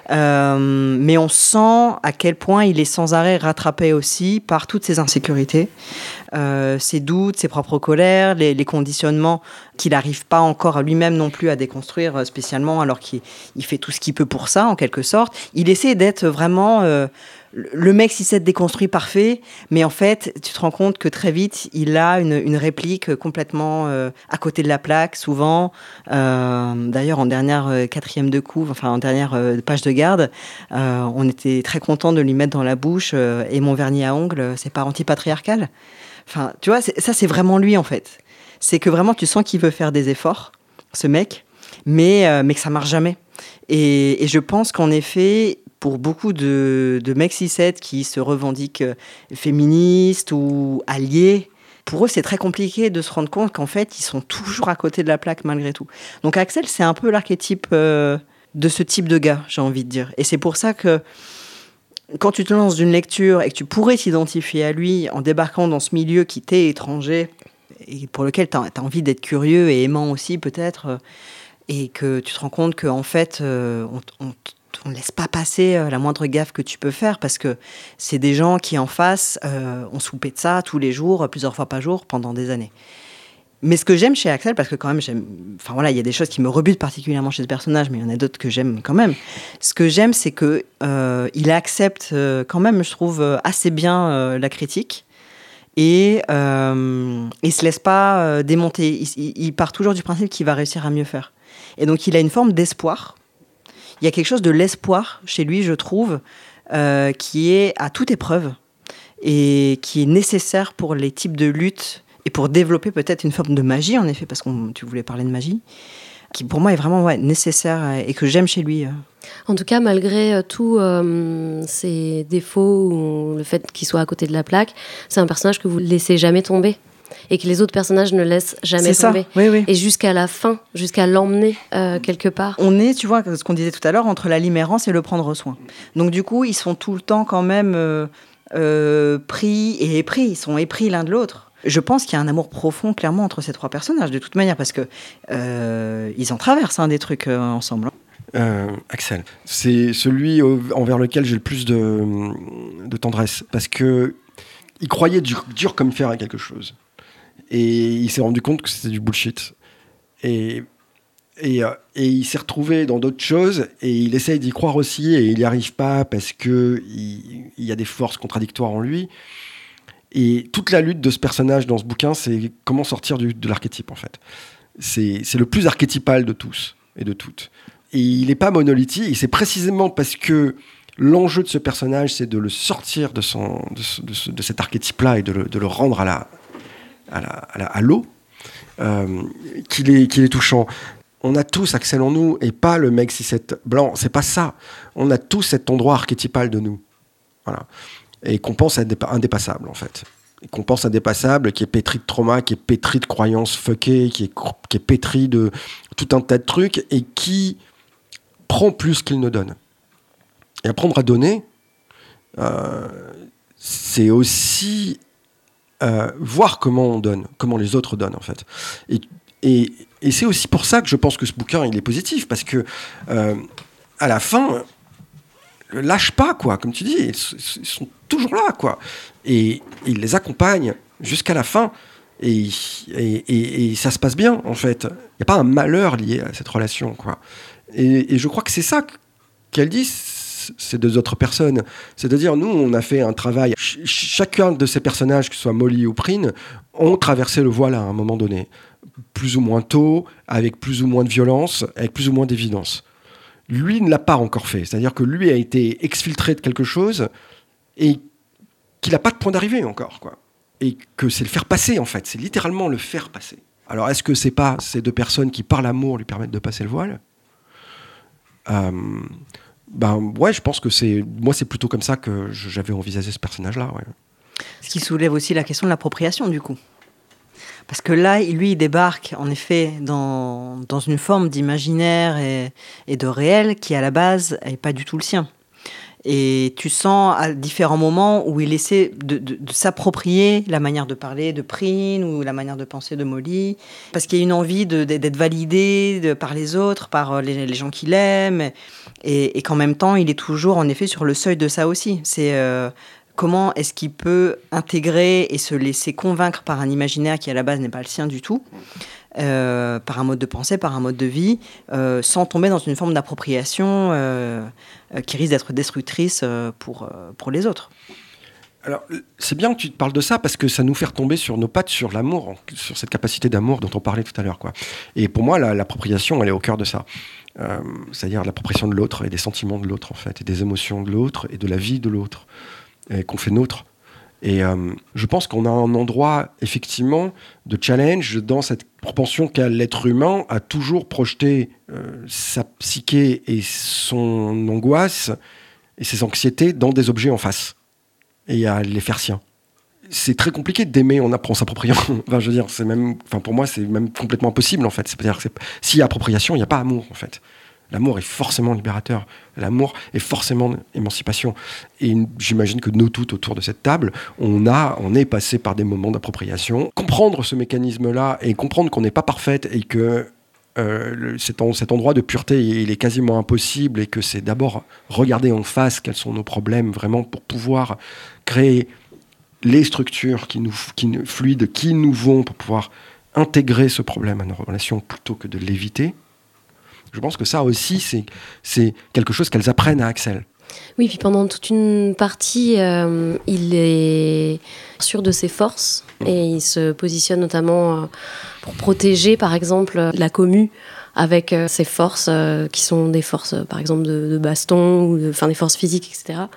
Euh, mais on sent à quel point il est sans arrêt rattrapé aussi par toutes ses insécurités, euh, ses doutes, ses propres colères, les, les conditionnements qu'il n'arrive pas encore à lui-même non plus à déconstruire spécialement, alors qu'il il fait tout ce qu'il peut pour ça, en quelque sorte. Il essaie d'être vraiment... Euh, le mec cis-het déconstruit parfait, mais en fait, tu te rends compte que très vite, il a une, une réplique complètement euh, à côté de la plaque, souvent. Euh, d'ailleurs, en dernière euh, quatrième de couve, enfin en dernière euh, page de garde, euh, on était très content de lui mettre dans la bouche euh, et mon vernis à ongles, c'est pas antipatriarcal. Enfin, tu vois, ça c'est vraiment lui en fait. C'est que vraiment, tu sens qu'il veut faire des efforts, ce mec, mais euh, mais que ça marche jamais. Et, et je pense qu'en effet, pour beaucoup de, de mecs cis-het qui se revendiquent féministes ou alliés, pour eux, c'est très compliqué de se rendre compte qu'en fait, ils sont toujours à côté de la plaque malgré tout. Donc Axel, c'est un peu l'archétype euh, de ce type de gars, j'ai envie de dire. Et c'est pour ça que quand tu te lances d'une lecture et que tu pourrais t'identifier à lui en débarquant dans ce milieu qui t'est étranger et pour lequel tu as envie d'être curieux et aimant aussi peut-être, euh, et que tu te rends compte qu'en fait, euh, on, on on ne laisse pas passer la moindre gaffe que tu peux faire parce que c'est des gens qui en face euh, ont soupé de ça tous les jours, plusieurs fois par jour, pendant des années. Mais ce que j'aime chez Axel, parce que quand même, j'aime, enfin voilà, il y a des choses qui me rebutent particulièrement chez ce personnage, mais il y en a d'autres que j'aime quand même. Ce que j'aime, c'est que euh, il accepte euh, quand même, je trouve, assez bien euh, la critique et euh, il se laisse pas euh, démonter. Il, il, il part toujours du principe qu'il va réussir à mieux faire. Et donc, il a une forme d'espoir. Il y a quelque chose de l'espoir chez lui, je trouve, euh, qui est à toute épreuve et qui est nécessaire pour les types de lutte et pour développer peut-être une forme de magie, en effet, parce que tu voulais parler de magie, qui pour moi est vraiment ouais, nécessaire et que j'aime chez lui. En tout cas, malgré tous euh, ses défauts ou le fait qu'il soit à côté de la plaque, c'est un personnage que vous ne laissez jamais tomber. Et que les autres personnages ne laissent jamais c'est tomber. Ça, oui, oui. Et jusqu'à la fin, jusqu'à l'emmener euh, quelque part. On est, tu vois, ce qu'on disait tout à l'heure, entre la limérance et le prendre soin. Donc du coup, ils sont tout le temps quand même euh, euh, pris et épris. Ils sont épris l'un de l'autre. Je pense qu'il y a un amour profond, clairement, entre ces trois personnages, de toute manière, parce que euh, ils en traversent hein, des trucs euh, ensemble. euh, Axel. C'est celui au, envers lequel j'ai le plus de, de tendresse. Parce que il croyait dur, dur comme fer à quelque chose. Et il s'est rendu compte que c'était du bullshit. Et, et, euh, et il s'est retrouvé dans d'autres choses. Et il essaye d'y croire aussi. Et il n'y arrive pas parce qu'il il y a des forces contradictoires en lui. Et toute la lutte de ce personnage dans ce bouquin, c'est comment sortir du, de l'archétype, en fait. C'est, c'est le plus archétypal de tous et de toutes. Et il n'est pas monolithique. Et c'est précisément parce que l'enjeu de ce personnage, c'est de le sortir de, son, de, ce, de, ce, de cet archétype-là et de le, de le rendre à, la, à, la, à, la, à l'eau, euh, qu'il, est, qu'il est touchant. On a tous Axel en nous, et pas le mec cis sept blanc. C'est pas ça. On a tous cet endroit archétypal de nous. Voilà. Et qu'on pense être indépassable, en fait. Et qu'on pense indépassable, qui est pétri de trauma, qui est pétri de croyances fuckées, qui est, qui est pétri de tout un tas de trucs, et qui prend plus qu'il ne donne. Et apprendre à donner, euh, c'est aussi euh, voir comment on donne, comment les autres donnent, en fait. Et, et, et c'est aussi pour ça que je pense que ce bouquin, il est positif, parce que euh, à la fin, lâche pas, quoi, comme tu dis, ils, ils sont toujours là, quoi. Et, et ils les accompagnent jusqu'à la fin, et, et, et, et ça se passe bien, en fait. Il n'y a pas un malheur lié à cette relation, quoi. Et, et je crois que c'est ça qu'elle dit, ces deux autres personnes. C'est-à-dire, nous, on a fait un travail. Ch- chacun de ces personnages, que ce soit Molly ou Prine, ont traversé le voile à un moment donné. Plus ou moins tôt, avec plus ou moins de violence, avec plus ou moins d'évidence. Lui ne l'a pas encore fait. C'est-à-dire que lui a été exfiltré de quelque chose et qu'il n'a pas de point d'arrivée encore, quoi. Et que c'est le faire passer, en fait. C'est littéralement le faire passer. Alors, est-ce que c'est pas ces deux personnes qui, par l'amour, lui permettent de passer le voile ? euh, Ben ouais, je pense que c'est... Moi, c'est plutôt comme ça que j'avais envisagé ce personnage-là, ouais. Ce qui soulève aussi la question de l'appropriation, du coup. Parce que là, lui, il débarque, en effet, dans, dans une forme d'imaginaire et, et de réel qui, à la base, n'est pas du tout le sien. Et tu sens à différents moments où il essaie de, de, de s'approprier la manière de parler de Prine ou la manière de penser de Molly, parce qu'il y a une envie de, de, d'être validé de, par les autres, par les, les gens qu'il aime, et, et qu'en même temps, il est toujours, en effet, sur le seuil de ça aussi. C'est... Euh, Comment est-ce qu'il peut intégrer et se laisser convaincre par un imaginaire qui, à la base, n'est pas le sien du tout, euh, par un mode de pensée, par un mode de vie, euh, sans tomber dans une forme d'appropriation euh, euh, qui risque d'être destructrice euh, pour, euh, pour les autres. Alors, c'est bien que tu te parles de ça, parce que ça nous fait retomber sur nos pattes, sur l'amour, sur cette capacité d'amour dont on parlait tout à l'heure, quoi. Et pour moi, la, l'appropriation, elle est au cœur de ça. Euh, c'est-à-dire l'appropriation de l'autre et des sentiments de l'autre, en fait, et des émotions de l'autre et de la vie de l'autre. Et qu'on fait nôtre. Et euh, je pense qu'on a un endroit, effectivement, de challenge dans cette propension qu'a l'être humain à toujours projeter euh, sa psyché et son angoisse et ses anxiétés dans des objets en face et à les faire siens. C'est très compliqué d'aimer en apprend s'appropriant. Enfin, je veux dire, c'est même, enfin, pour moi, c'est même complètement impossible, en fait. C'est-à-dire que c'est, s'il y a appropriation, il n'y a pas amour, en fait. L'amour est forcément libérateur. L'amour est forcément émancipation. Et j'imagine que nous toutes autour de cette table, on, a, on est passé par des moments d'appropriation. Comprendre ce mécanisme-là et comprendre qu'on n'est pas parfaite et que euh, le, cet, en, cet endroit de pureté, il est quasiment impossible et que c'est d'abord regarder en face quels sont nos problèmes vraiment pour pouvoir créer les structures qui nous, qui nous, fluides qui nous vont pour pouvoir intégrer ce problème à nos relations plutôt que de l'éviter. Je pense que ça aussi, c'est, c'est quelque chose qu'elles apprennent à Axel. Oui, puis pendant toute une partie, euh, il est sûr de ses forces et il se positionne notamment euh, pour protéger, par exemple, la commu avec euh, ses forces euh, qui sont des forces, euh, par exemple, de, de baston ou de, enfin, des forces physiques, et cetera.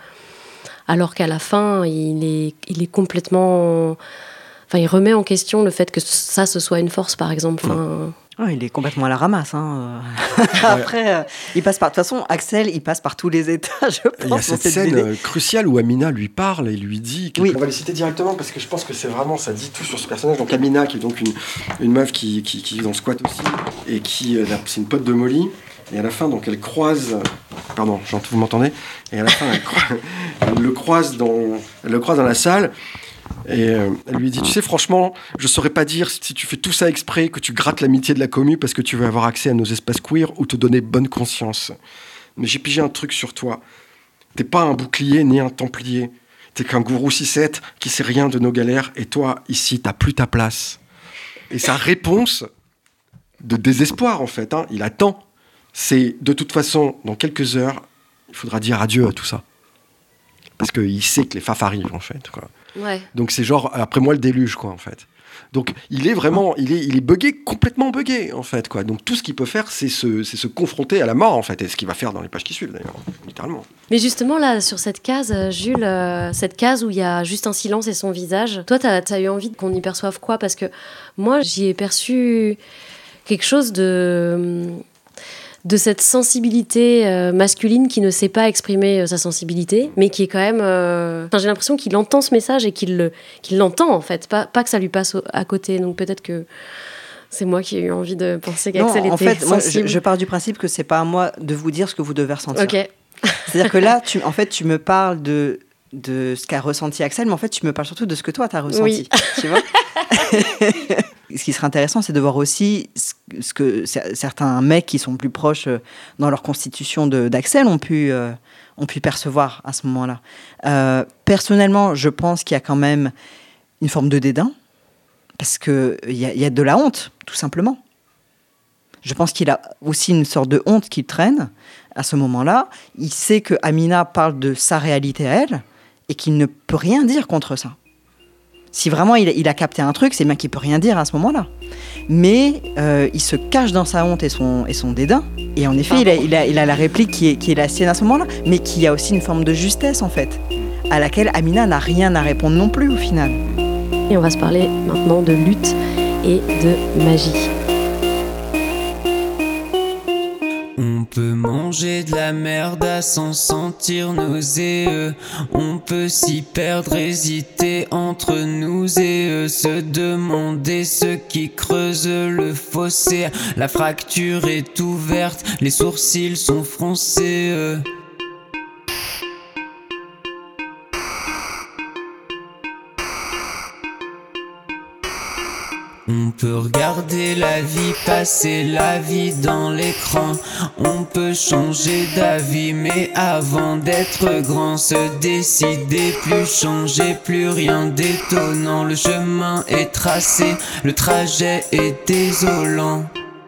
Alors qu'à la fin, il est, il est complètement... Enfin, il remet en question le fait que ça, ce soit une force, par exemple. Enfin... Oh, il est complètement à la ramasse. Hein. Après, euh, il passe par... De toute façon, Axel, il passe par tous les états, je pense. Il y a cette scène euh, cruciale où Amina lui parle et lui dit... Oui. On va les citer directement parce que je pense que c'est vraiment... Ça dit tout sur ce personnage. Donc Amina, qui est donc une, une meuf qui, qui, qui vit dans le squat aussi et qui... Euh, c'est une pote de Molly. Et à la fin, donc, elle croise... Pardon, vous m'entendez ? Et à la fin, elle, croise, elle, le croise dans, elle le croise dans la salle. Et euh, elle lui dit, tu sais, franchement, je saurais pas dire si tu fais tout ça exprès, que tu grattes l'amitié de la commu parce que tu veux avoir accès à nos espaces queer ou te donner bonne conscience. Mais j'ai pigé un truc sur toi. T'es pas un bouclier ni un templier. T'es qu'un gourou six sept qui sait rien de nos galères et toi, ici, t'as plus ta place. Et sa réponse de désespoir, en fait, hein, il attend. C'est, de toute façon, dans quelques heures, il faudra dire adieu à tout ça. Parce qu'il sait que les faf arrivent, en fait, quoi. Ouais. Donc c'est genre, après moi, le déluge, quoi, en fait. Donc il est vraiment, il est, il est buggé, complètement buggé, en fait, quoi. Donc tout ce qu'il peut faire, c'est se, c'est se confronter à la mort, en fait. Et ce qu'il va faire dans les pages qui suivent, d'ailleurs, littéralement. Mais justement, là, sur cette case, Jules, euh, cette case où il y a juste un silence et son visage, toi, t'as, t'as eu envie qu'on y perçoive quoi ? Parce que moi, j'y ai perçu quelque chose de... de cette sensibilité euh, masculine qui ne sait pas exprimer euh, sa sensibilité, mais qui est quand même... Euh... Enfin, j'ai l'impression qu'il entend ce message et qu'il, le, qu'il l'entend, en fait, pas, pas que ça lui passe au, à côté. Donc peut-être que c'est moi qui ai eu envie de penser qu'Axel était en fait, moi, je, sensible. je pars du principe que c'est pas à moi de vous dire ce que vous devez ressentir. Ok. C'est-à-dire que là, tu, en fait, tu me parles de, de ce qu'a ressenti Axel, mais en fait, tu me parles surtout de ce que toi, t'as ressenti. Oui. Tu vois. Ce qui serait intéressant, c'est de voir aussi ce, ce que c- certains mecs qui sont plus proches euh, dans leur constitution de, d'Axel ont pu, euh, ont pu percevoir à ce moment-là. Euh, personnellement, je pense qu'il y a quand même une forme de dédain, parce qu'il y, y a de la honte, tout simplement. Je pense qu'il a aussi une sorte de honte qui traîne à ce moment-là. Il sait que Amina parle de sa réalité à elle et qu'il ne peut rien dire contre ça. Si vraiment il a, il a capté un truc, c'est bien qu'il ne peut rien dire à ce moment-là. Mais euh, il se cache dans sa honte et son, et son dédain. Et en effet, il a, il a, il a la réplique qui est, qui est la sienne à ce moment-là, mais qui a aussi une forme de justesse, en fait, à laquelle Amina n'a rien à répondre non plus, au final. Et on va se parler maintenant de lutte et de magie. On peut manger de la merde à s'en sentir nauséeux. On peut s'y perdre, hésiter entre nous et eux. Se demander ce qui creuse le fossé. La fracture est ouverte, les sourcils sont froncés. euh. On peut regarder la vie passer, la vie dans l'écran. On peut changer d'avis, mais avant d'être grand, se décider, plus changer, plus rien d'étonnant. Le chemin est tracé, le trajet est désolant.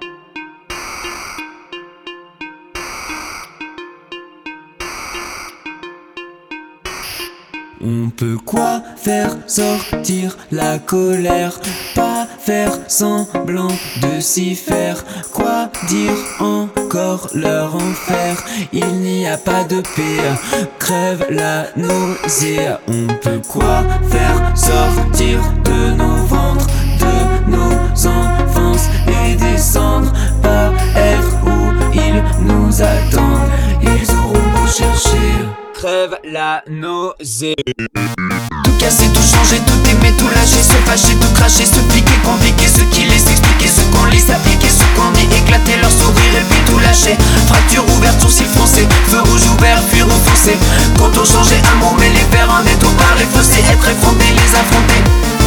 On peut quoi faire sortir la colère, pas faire semblant de s'y faire. Quoi dire encore leur enfer, il n'y a pas de paix, crève la nausée. On peut quoi faire sortir de nos ventres, de nos enfances et descendre, pas être où ils nous attendent. Ils auront beau chercher, crève la nausée. Tout casser, tout changer, tout aimer, tout lâcher, se fâcher, tout cracher, se piquer, compliquer, ce qui les expliquer, ce qu'on lit, s'appliquer, ce qu'on dit, éclater leur sourire et puis tout lâcher. Fracture ouverte, sourcil froncé, feu rouge ouvert, fuir ou foncer. Contour changé, amour mêlé, vers un détour par les fossés, être effondré, les affronter.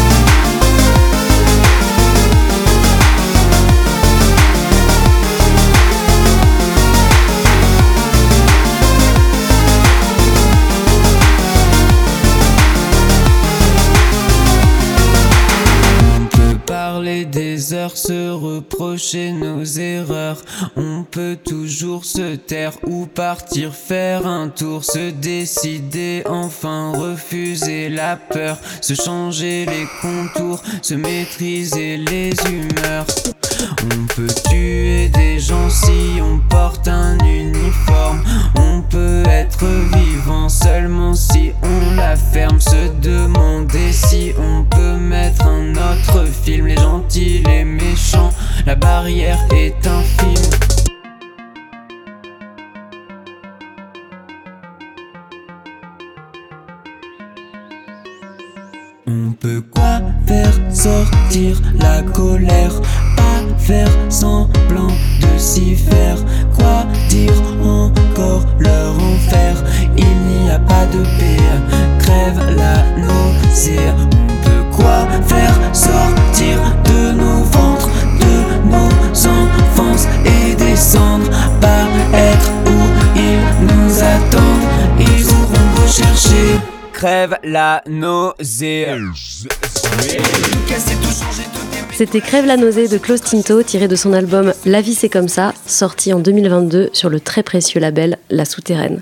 Des heures, se reprocher nos erreurs. On peut toujours se taire ou partir faire un tour. Se décider, enfin refuser la peur. Se changer les contours, se maîtriser les humeurs. On peut tuer des gens si on porte un uniforme. On peut être vivant seulement si on la ferme. Se demander si on peut mettre un autre film. Les gentils, les méchants, la barrière est infime. On peut quoi faire sortir la colère, pas faire semblant de s'y faire. Quoi dire encore leur enfer, il n'y a pas de paix, crève la nausée. On crève la nausée. C'était Crève la nausée de Klaus Tinto, tiré de son album La vie c'est comme ça, sorti en deux mille vingt-deux sur le très précieux label La Souterraine.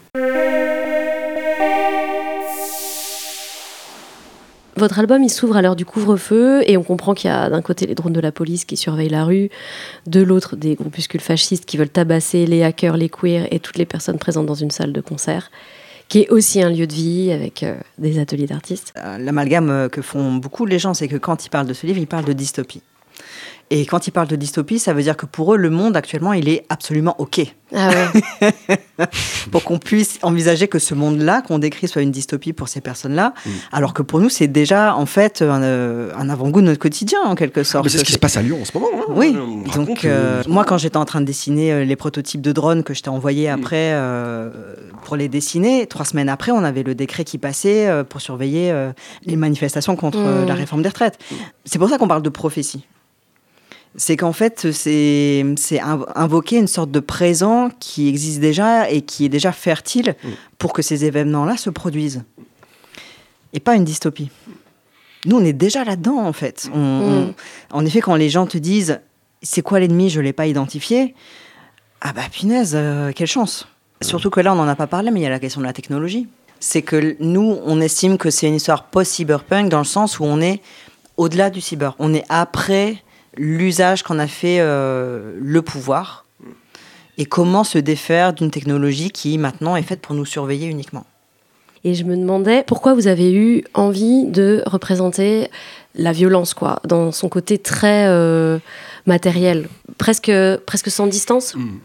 Votre album, il s'ouvre à l'heure du couvre-feu et on comprend qu'il y a d'un côté les drones de la police qui surveillent la rue, de l'autre des groupuscules fascistes qui veulent tabasser les hackers, les queers et toutes les personnes présentes dans une salle de concert, qui est aussi un lieu de vie avec euh, des ateliers d'artistes. L'amalgame que font beaucoup les gens, c'est que quand ils parlent de ce livre, ils parlent de dystopie. Et quand ils parlent de dystopie, ça veut dire que pour eux, le monde actuellement, il est absolument OK. Ah ouais. Pour qu'on puisse envisager que ce monde-là, qu'on décrit, soit une dystopie pour ces personnes-là, mmh. alors que pour nous, c'est déjà en fait un, un avant-goût de notre quotidien, en quelque sorte. Mais c'est ce qui se passe à Lyon en ce moment. Hein. Oui. Donc, euh, moi, quand j'étais en train de dessiner les prototypes de drones que je t'ai envoyés mmh. après euh, pour les dessiner, trois semaines après, on avait le décret qui passait euh, pour surveiller euh, les manifestations contre mmh. euh, la réforme des retraites. Mmh. C'est pour ça qu'on parle de prophétie. C'est qu'en fait, c'est, c'est invoquer une sorte de présent qui existe déjà et qui est déjà fertile mmh. pour que ces événements-là se produisent. Et pas une dystopie. Nous, on est déjà là-dedans, en fait. On, mmh. on, en effet, quand les gens te disent « c'est quoi l'ennemi, je ne l'ai pas identifié », ah bah punaise, euh, quelle chance. Mmh. Surtout que là, on n'en a pas parlé, mais il y a la question de la technologie. C'est que nous, on estime que c'est une histoire post-cyberpunk dans le sens où on est au-delà du cyber. On est après l'usage qu'en a fait euh, le pouvoir et comment se défaire d'une technologie qui maintenant est faite pour nous surveiller uniquement. Et je me demandais pourquoi vous avez eu envie de représenter la violence, quoi, dans son côté très euh, matériel, presque, presque sans distance. Mmh.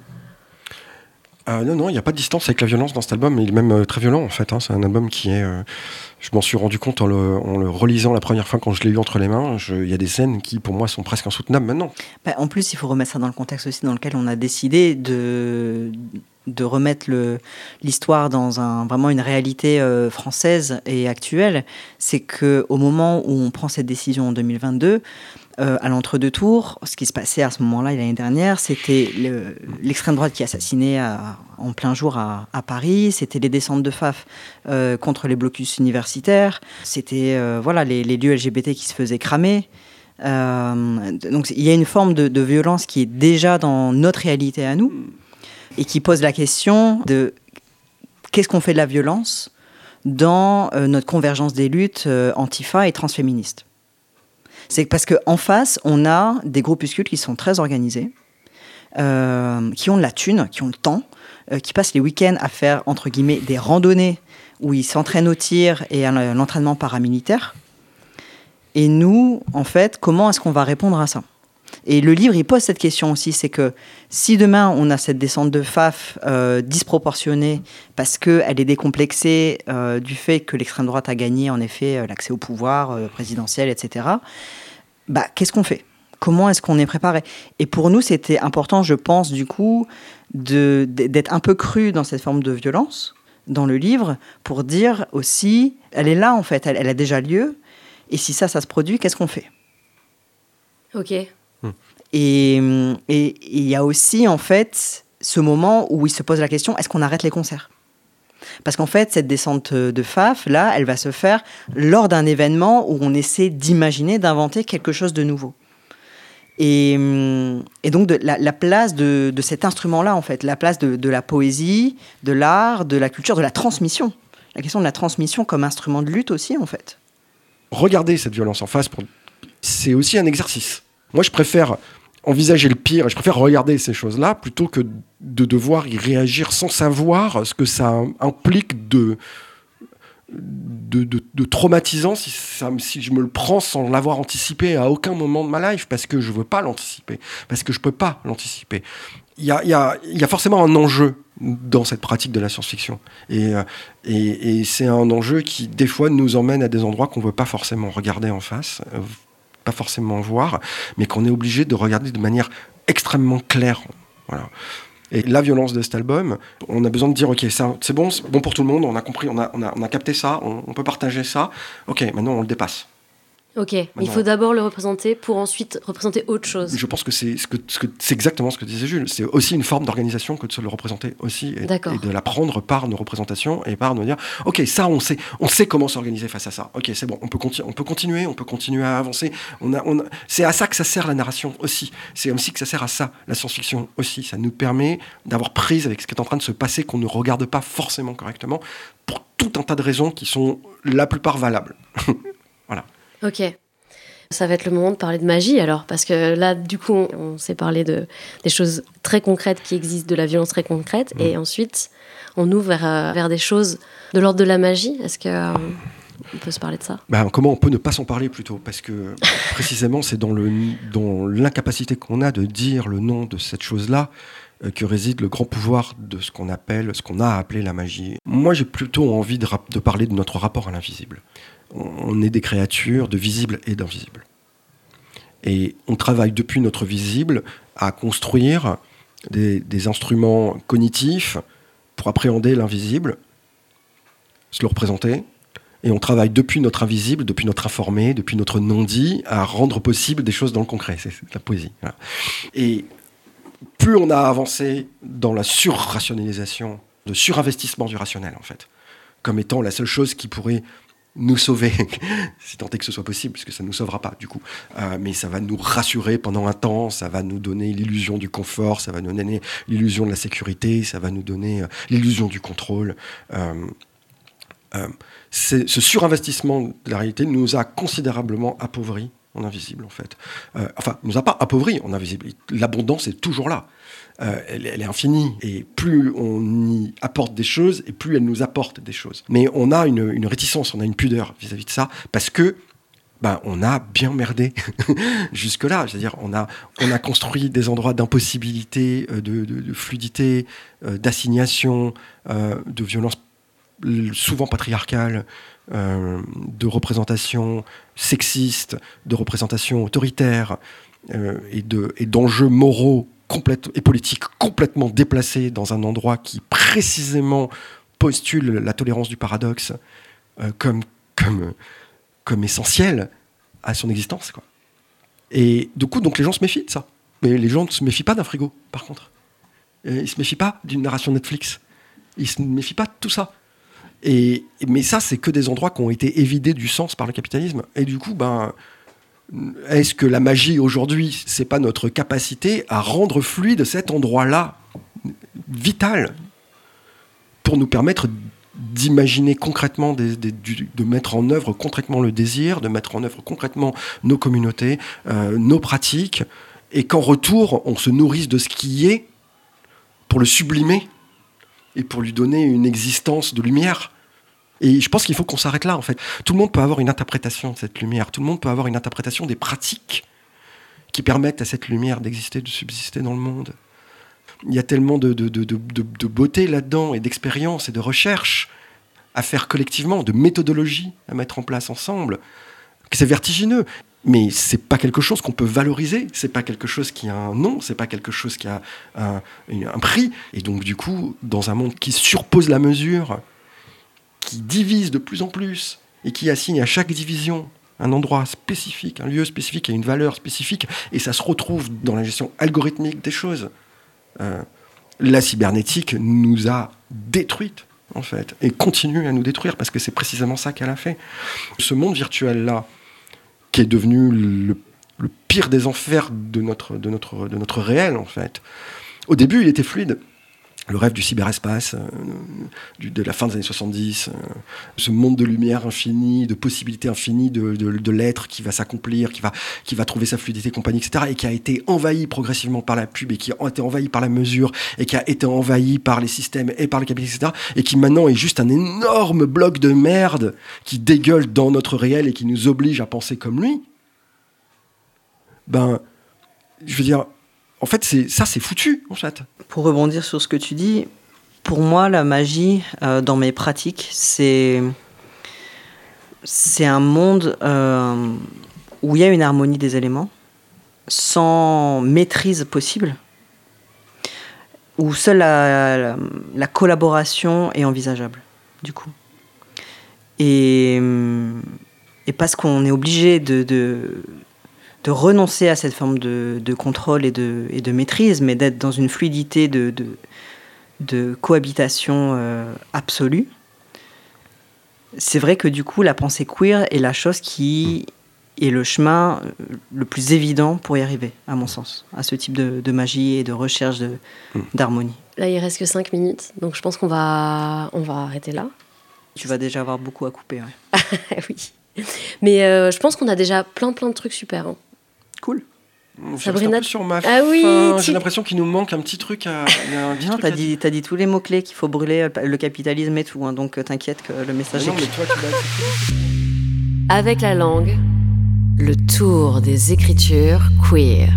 Euh, non, non, il n'y a pas de distance avec la violence dans cet album, il est même euh, très violent en fait. Hein. C'est un album qui est... Euh, je m'en suis rendu compte en le, en le relisant la première fois quand je l'ai eu entre les mains. Il y a des scènes qui, pour moi, sont presque insoutenables maintenant. Bah, en plus, il faut remettre ça dans le contexte aussi dans lequel on a décidé de, de remettre le, l'histoire dans un, vraiment une réalité euh, française et actuelle. C'est qu'au moment où on prend cette décision en deux mille vingt-deux, Euh, à l'entre-deux tours, ce qui se passait à ce moment-là, l'année dernière, c'était le, l'extrême droite qui assassinait à, en plein jour à, à Paris, c'était les descentes de F A F euh, contre les blocus universitaires, c'était euh, voilà, les, les lieux L G B T qui se faisaient cramer. Euh, donc il y a une forme de, de violence qui est déjà dans notre réalité à nous et qui pose la question de qu'est-ce qu'on fait de la violence dans euh, notre convergence des luttes euh, antifa et transféministes. C'est parce qu'en face, on a des groupuscules qui sont très organisés, euh, qui ont de la thune, qui ont le temps, euh, qui passent les week-ends à faire, entre guillemets, des randonnées où ils s'entraînent au tir et à l'entraînement paramilitaire. Et nous, en fait, comment est-ce qu'on va répondre à ça ? Et le livre, il pose cette question aussi, c'est que si demain, on a cette descente de F A F euh, disproportionnée parce qu'elle est décomplexée euh, du fait que l'extrême droite a gagné, en effet, euh, l'accès au pouvoir euh, présidentiel, et cetera, bah, qu'est-ce qu'on fait ? Comment est-ce qu'on est préparé ? Et pour nous, c'était important, je pense, du coup, de, d'être un peu cru dans cette forme de violence, dans le livre, pour dire aussi, elle est là, en fait, elle, elle a déjà lieu, et si ça, ça se produit, qu'est-ce qu'on fait ? Ok. Et il y a aussi, en fait, ce moment où il se pose la question, est-ce qu'on arrête les concerts ? Parce qu'en fait, cette descente de F A F, là, elle va se faire lors d'un événement où on essaie d'imaginer, d'inventer quelque chose de nouveau. Et, et donc, de, la, la place de, de cet instrument-là, en fait, la place de, de la poésie, de l'art, de la culture, de la transmission. La question de la transmission comme instrument de lutte aussi, en fait. Regarder cette violence en face, pour... c'est aussi un exercice. Moi, je préfère envisager le pire, et je préfère regarder ces choses-là plutôt que de devoir y réagir sans savoir ce que ça implique de, de, de, de traumatisant si, ça, si je me le prends sans l'avoir anticipé à aucun moment de ma life, parce que je ne veux pas l'anticiper, parce que je ne peux pas l'anticiper. Il y a, il y a, il y a forcément un enjeu dans cette pratique de la science-fiction. Et, et, et c'est un enjeu qui, des fois, nous emmène à des endroits qu'on ne veut pas forcément regarder en face, pas forcément voir, mais qu'on est obligé de regarder de manière extrêmement claire. Voilà. Et la violence de cet album, on a besoin de dire, ok, ça, c'est bon, c'est bon pour tout le monde, on a compris, on a, on a, on a capté ça, on, on peut partager ça, ok, maintenant on le dépasse. Ok, Maintenant, il faut d'abord le représenter pour ensuite représenter autre chose. Je pense que c'est, ce que, ce que, c'est exactement ce que disait Jules. C'est aussi une forme d'organisation que de se le représenter aussi et, et de la prendre par nos représentations et par nous dire ok, ça on sait, on sait comment s'organiser face à ça. Ok, c'est bon, on peut, conti- on peut continuer, on peut continuer à avancer. On a, on a, c'est à ça que ça sert la narration aussi. C'est aussi que ça sert à ça, la science-fiction aussi. Ça nous permet d'avoir prise avec ce qui est en train de se passer qu'on ne regarde pas forcément correctement pour tout un tas de raisons qui sont la plupart valables. Voilà. Ok. Ça va être le moment de parler de magie alors, parce que là, du coup, on, on s'est parlé de, des choses très concrètes qui existent, de la violence très concrète, mmh. et ensuite, on ouvre vers, euh, vers des choses de l'ordre de la magie. Est-ce qu'on euh, peut se parler de ça ? Ben, comment on peut ne pas s'en parler plutôt ? Parce que précisément, c'est dans, le, dans l'incapacité qu'on a de dire le nom de cette chose-là euh, que réside le grand pouvoir de ce qu'on appelle, ce qu'on a appelé la magie. Moi, j'ai plutôt envie de, rap- de parler de notre rapport à l'invisible. On est des créatures de visible et d'invisible. Et on travaille depuis notre visible à construire des, des instruments cognitifs pour appréhender l'invisible, se le représenter. Et on travaille depuis notre invisible, depuis notre informé, depuis notre non-dit, à rendre possible des choses dans le concret. C'est, c'est de la poésie. Voilà. Et plus on a avancé dans la surrationalisation, le surinvestissement du rationnel, en fait, comme étant la seule chose qui pourrait nous sauver, si tant est que ce soit possible, puisque ça ne nous sauvera pas, du coup. Euh, mais ça va nous rassurer pendant un temps, ça va nous donner l'illusion du confort, ça va nous donner l'illusion de la sécurité, ça va nous donner euh, l'illusion du contrôle. Euh, euh, c'est, ce surinvestissement de la réalité nous a considérablement appauvris en invisible, en fait. Euh, enfin, nous a pas appauvris en invisible. L'abondance est toujours là. Euh, elle, elle est infinie, et plus on y apporte des choses, et plus elle nous apporte des choses. Mais on a une, une réticence, on a une pudeur vis-à-vis de ça, parce que ben, on a bien merdé jusque-là. C'est-à-dire, on a, on a construit des endroits d'impossibilité, de, de, de fluidité, euh, d'assignation, euh, de violence souvent patriarcale, euh, de représentation sexiste, de représentation autoritaire, euh, et, de, et d'enjeux moraux complète, et politiques complètement déplacés dans un endroit qui précisément postule la tolérance du paradoxe euh, comme, comme, comme essentiel à son existence, quoi. Et du coup, donc, les gens se méfient de ça. Mais les gens ne se méfient pas d'un frigo, par contre. Et ils ne se méfient pas d'une narration Netflix. Ils ne se méfient pas de tout ça. Et, mais ça, c'est que des endroits qui ont été évidés du sens par le capitalisme. Et du coup, ben... est-ce que la magie aujourd'hui, c'est pas notre capacité à rendre fluide cet endroit-là vital pour nous permettre d'imaginer concrètement, des, des, de mettre en œuvre concrètement le désir, de mettre en œuvre concrètement nos communautés, euh, nos pratiques, et qu'en retour, on se nourrisse de ce qui est pour le sublimer et pour lui donner une existence de lumière. Et je pense qu'il faut qu'on s'arrête là, en fait. Tout le monde peut avoir une interprétation de cette lumière. Tout le monde peut avoir une interprétation des pratiques qui permettent à cette lumière d'exister, de subsister dans le monde. Il y a tellement de, de, de, de, de beauté là-dedans, et d'expérience, et de recherche à faire collectivement, de méthodologie à mettre en place ensemble, que c'est vertigineux. Mais c'est pas quelque chose qu'on peut valoriser, c'est pas quelque chose qui a un nom, c'est pas quelque chose qui a un, un prix. Et donc, du coup, dans un monde qui surpose la mesure, qui divise de plus en plus, et qui assigne à chaque division un endroit spécifique, un lieu spécifique et une valeur spécifique, et ça se retrouve dans la gestion algorithmique des choses. Euh, la cybernétique nous a détruites, en fait, et continue à nous détruire, parce que c'est précisément ça qu'elle a fait. Ce monde virtuel-là, qui est devenu le, le pire des enfers de notre, de, notre, de notre réel, en fait. Au début, il était fluide. Le rêve du cyberespace, euh, du, de la fin des années soixante-dix, euh, ce monde de lumière infinie, de possibilités infinies de, de, de l'être qui va s'accomplir, qui va, qui va trouver sa fluidité, compagnie, et cetera, et qui a été envahi progressivement par la pub, et qui a été envahi par la mesure, et qui a été envahi par les systèmes et par le capitalisme, et cetera, et qui maintenant est juste un énorme bloc de merde qui dégueule dans notre réel et qui nous oblige à penser comme lui. Ben, je veux dire... En fait, c'est, ça, c'est foutu, en fait. Pour rebondir sur ce que tu dis, pour moi, la magie, euh, dans mes pratiques, c'est, c'est un monde euh, où il y a une harmonie des éléments, sans maîtrise possible, où seule la, la, la collaboration est envisageable, du coup. Et, et parce qu'on est obligé de, de, de renoncer à cette forme de, de contrôle et de, et de maîtrise, mais d'être dans une fluidité de, de, de cohabitation euh, absolue, c'est vrai que du coup, la pensée queer est la chose qui est le chemin le plus évident pour y arriver, à mon sens, à ce type de, de magie et de recherche de, mmh. d'harmonie. Là, il reste que cinq minutes, donc je pense qu'on va, on va arrêter là. Tu vas déjà avoir beaucoup à couper. Ouais. Oui. Mais euh, je pense qu'on a déjà plein, plein de trucs super. Hein. Cool. Je Sabrina... un peu sur ma ah oui, fin. tu... J'ai l'impression qu'il nous manque un petit truc à. Un petit non, truc t'as à dit, t'as dit tous les mots clés qu'il faut brûler, le capitalisme et tout. Hein, donc t'inquiète que le message. Non, est... mais toi, tu l'as. Avec la langue, le tour des écritures queer.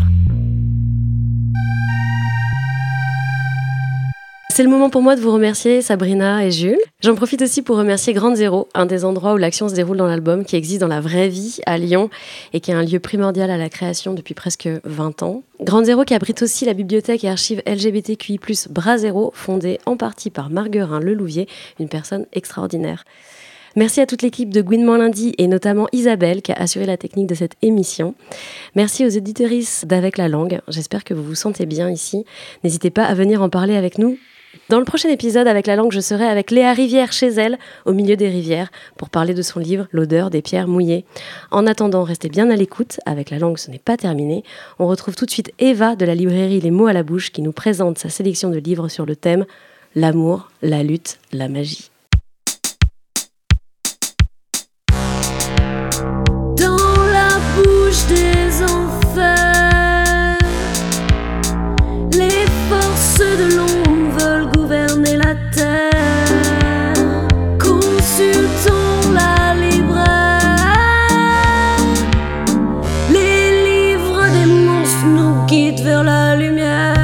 C'est le moment pour moi de vous remercier, Sabrina et Jules. J'en profite aussi pour remercier Grande Zéro, un des endroits où l'action se déroule dans l'album, qui existe dans la vraie vie à Lyon et qui est un lieu primordial à la création depuis presque vingt ans. Grande Zéro qui abrite aussi la bibliothèque et archives L G B T Q I plus, Bras Zéro, fondée en partie par Marguerin Lelouvier, une personne extraordinaire. Merci à toute l'équipe de Gouinement Lundi et notamment Isabelle qui a assuré la technique de cette émission. Merci aux éditrices d'Avec la langue. J'espère que vous vous sentez bien ici. N'hésitez pas à venir en parler avec nous. Dans le prochain épisode, avec la langue, je serai avec Léa Rivière chez elle, au milieu des rivières, pour parler de son livre « L'odeur des pierres mouillées ». En attendant, restez bien à l'écoute. Avec la langue, ce n'est pas terminé. On retrouve tout de suite Eva de la librairie Les mots à la bouche qui nous présente sa sélection de livres sur le thème « L'amour, la lutte, la magie ». Dans la bouche des enfers, les forces de l'ombre veulent gouverner la terre. Consultons la libraire. Les livres des monstres nous guident vers la lumière.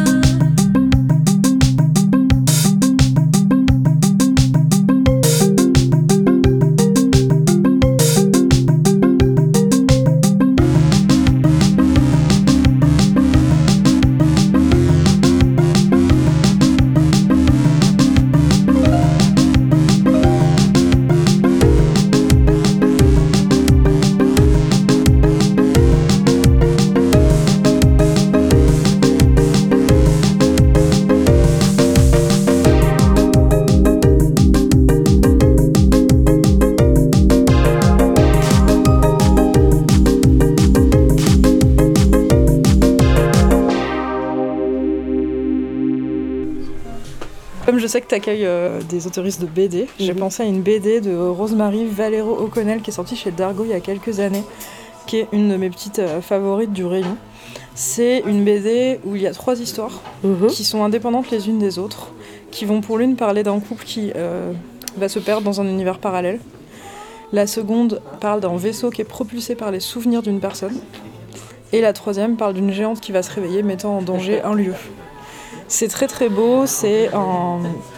Comme je sais que tu accueilles euh, des autoristes de B D, mmh. j'ai pensé à une B D de Rosemary Valero O'Connell qui est sortie chez Dargaud il y a quelques années, qui est une de mes petites euh, favorites du rayon. C'est une B D où il y a trois histoires mmh. qui sont indépendantes les unes des autres, qui vont pour l'une parler d'un couple qui euh, va se perdre dans un univers parallèle. La seconde parle d'un vaisseau qui est propulsé par les souvenirs d'une personne. Et la troisième parle d'une géante qui va se réveiller mettant en danger un lieu. C'est très très beau, c'est un,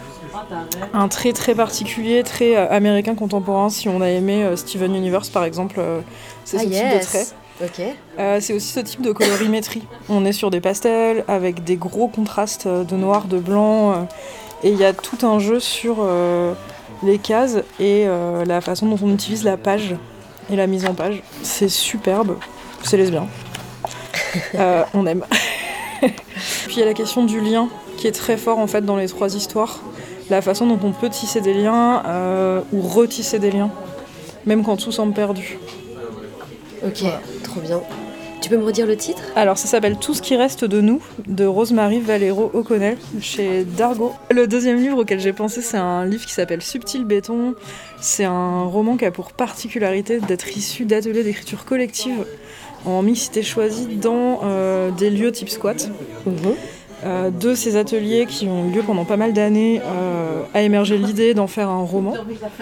un trait très particulier, très euh, américain contemporain. Si on a aimé euh, Steven Universe par exemple, euh, c'est ce ah, type yes. de trait. Okay. Euh, c'est aussi ce type de colorimétrie. On est sur des pastels avec des gros contrastes de noir, de blanc, euh, et il y a tout un jeu sur euh, les cases et euh, la façon dont on utilise la page et la mise en page. C'est superbe, c'est lesbien. euh, on aime. Puis il y a la question du lien qui est très fort en fait dans les trois histoires. La façon dont on peut tisser des liens euh, ou retisser des liens, même quand tout semble perdu. Ok, voilà. Trop bien. Tu peux me redire le titre ? Alors ça s'appelle Tout ce qui reste de nous, de Rosemary Valero O'Connell, chez Dargaud. Le deuxième livre auquel j'ai pensé, c'est un livre qui s'appelle Subtil béton. C'est un roman qui a pour particularité d'être issu d'ateliers d'écriture collective en mixité choisie dans euh, des lieux type squat. Mmh. Euh, de ces ateliers qui ont eu lieu pendant pas mal d'années, euh, a émergé l'idée d'en faire un roman.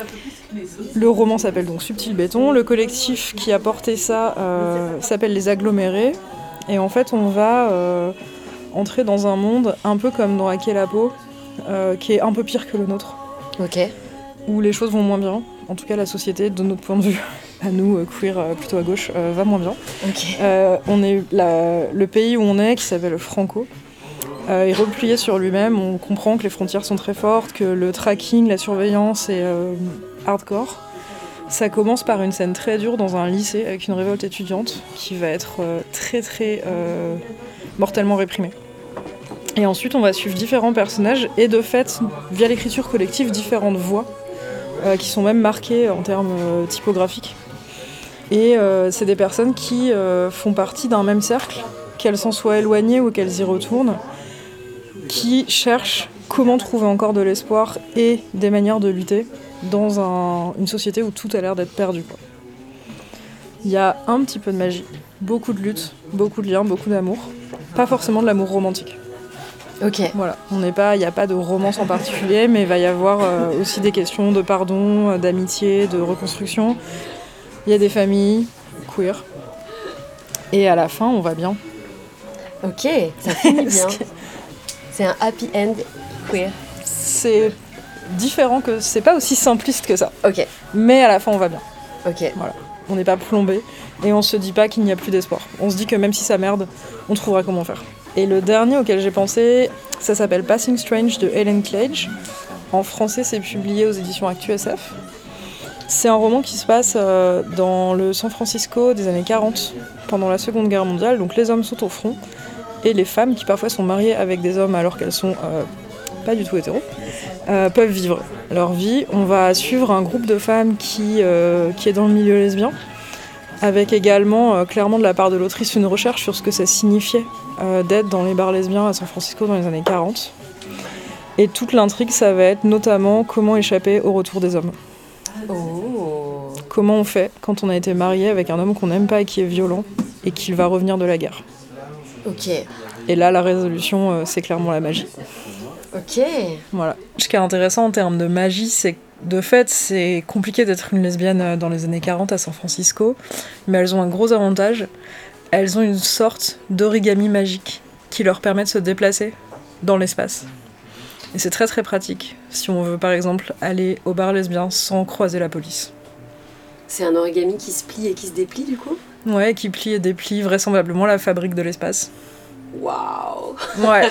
Le roman s'appelle donc Subtil béton. Le collectif qui a porté ça euh, s'appelle Les Agglomérés. Et en fait, on va euh, entrer dans un monde un peu comme dans Hacker la peau, euh, qui est un peu pire que le nôtre. Ok. Où les choses vont moins bien. En tout cas, la société, de notre point de vue, à nous, euh, queer, euh, plutôt à gauche, euh, va moins bien. Okay. Euh, on est la, le pays où on est, qui s'appelle Franco, euh, est replié sur lui-même. On comprend que les frontières sont très fortes, que le tracking, la surveillance est euh, hardcore. Ça commence par une scène très dure dans un lycée avec une révolte étudiante qui va être euh, très très euh, mortellement réprimée. Et ensuite, on va suivre différents personnages et de fait, via l'écriture collective, différentes voix euh, qui sont même marquées en termes euh, typographiques. Et euh, c'est des personnes qui euh, font partie d'un même cercle, qu'elles s'en soient éloignées ou qu'elles y retournent, qui cherchent comment trouver encore de l'espoir et des manières de lutter dans un, une société où tout a l'air d'être perdu, quoi. Il y a un petit peu de magie, beaucoup de lutte, beaucoup de liens, beaucoup d'amour. Pas forcément de l'amour romantique. Ok. Voilà, on n'est pas, il n'y a pas de romance en particulier, mais il va y avoir euh, aussi des questions de pardon, d'amitié, de reconstruction. Il y a des familles queer. Et à la fin, on va bien. Ok, ça finit bien. C'est un happy end queer. C'est différent que... C'est pas aussi simpliste que ça. Ok. Mais à la fin, on va bien. Ok. Voilà. On n'est pas plombé et on se dit pas qu'il n'y a plus d'espoir. On se dit que même si ça merde, on trouvera comment faire. Et le dernier auquel j'ai pensé, ça s'appelle Passing Strange de Helen Cage. En français, c'est publié aux éditions Actu S F. C'est un roman qui se passe euh, dans le San Francisco des années quarante, pendant la Seconde Guerre mondiale. Donc les hommes sont au front et les femmes, qui parfois sont mariées avec des hommes alors qu'elles sont euh, pas du tout hétéros, euh, peuvent vivre leur vie. On va suivre un groupe de femmes qui, euh, qui est dans le milieu lesbien, avec également, euh, clairement de la part de l'autrice, une recherche sur ce que ça signifiait euh, d'être dans les bars lesbiens à San Francisco dans les années quarante. Et toute l'intrigue, ça va être notamment comment échapper au retour des hommes. Oh. Comment on fait quand on a été marié avec un homme qu'on n'aime pas et qui est violent et qu'il va revenir de la guerre. Ok. Et là, la résolution, euh, c'est clairement la magie. Ok. Voilà. Ce qui est intéressant en termes de magie, c'est que de fait, c'est compliqué d'être une lesbienne dans les années quarante à San Francisco, mais elles ont un gros avantage. Elles ont une sorte d'origami magique qui leur permet de se déplacer dans l'espace. Et c'est très très pratique si on veut par exemple aller au bar lesbien sans croiser la police. C'est un origami qui se plie et qui se déplie du coup ? Ouais, qui plie et déplie vraisemblablement la fabrique de l'espace. Waouh. Ouais.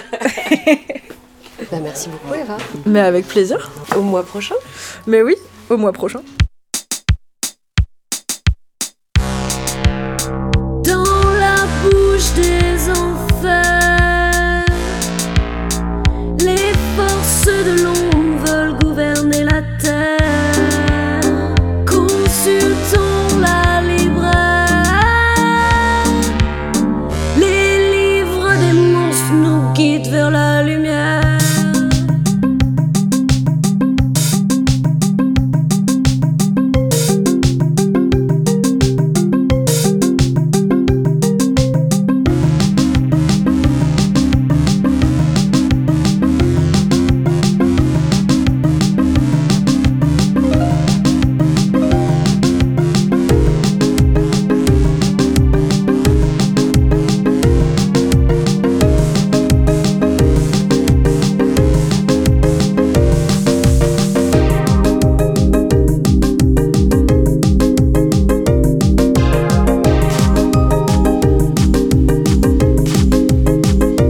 Bah merci beaucoup Eva. Mais avec plaisir. Au mois prochain. Mais oui, au mois prochain. Dans la bouche des enfers, les forces de l'ombre veulent gouverner la terre. Consultons la libraire, les livres des monstres nous guident vers la lumière.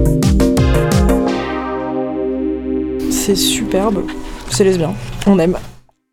C'est superbe, c'est lesbien, on aime.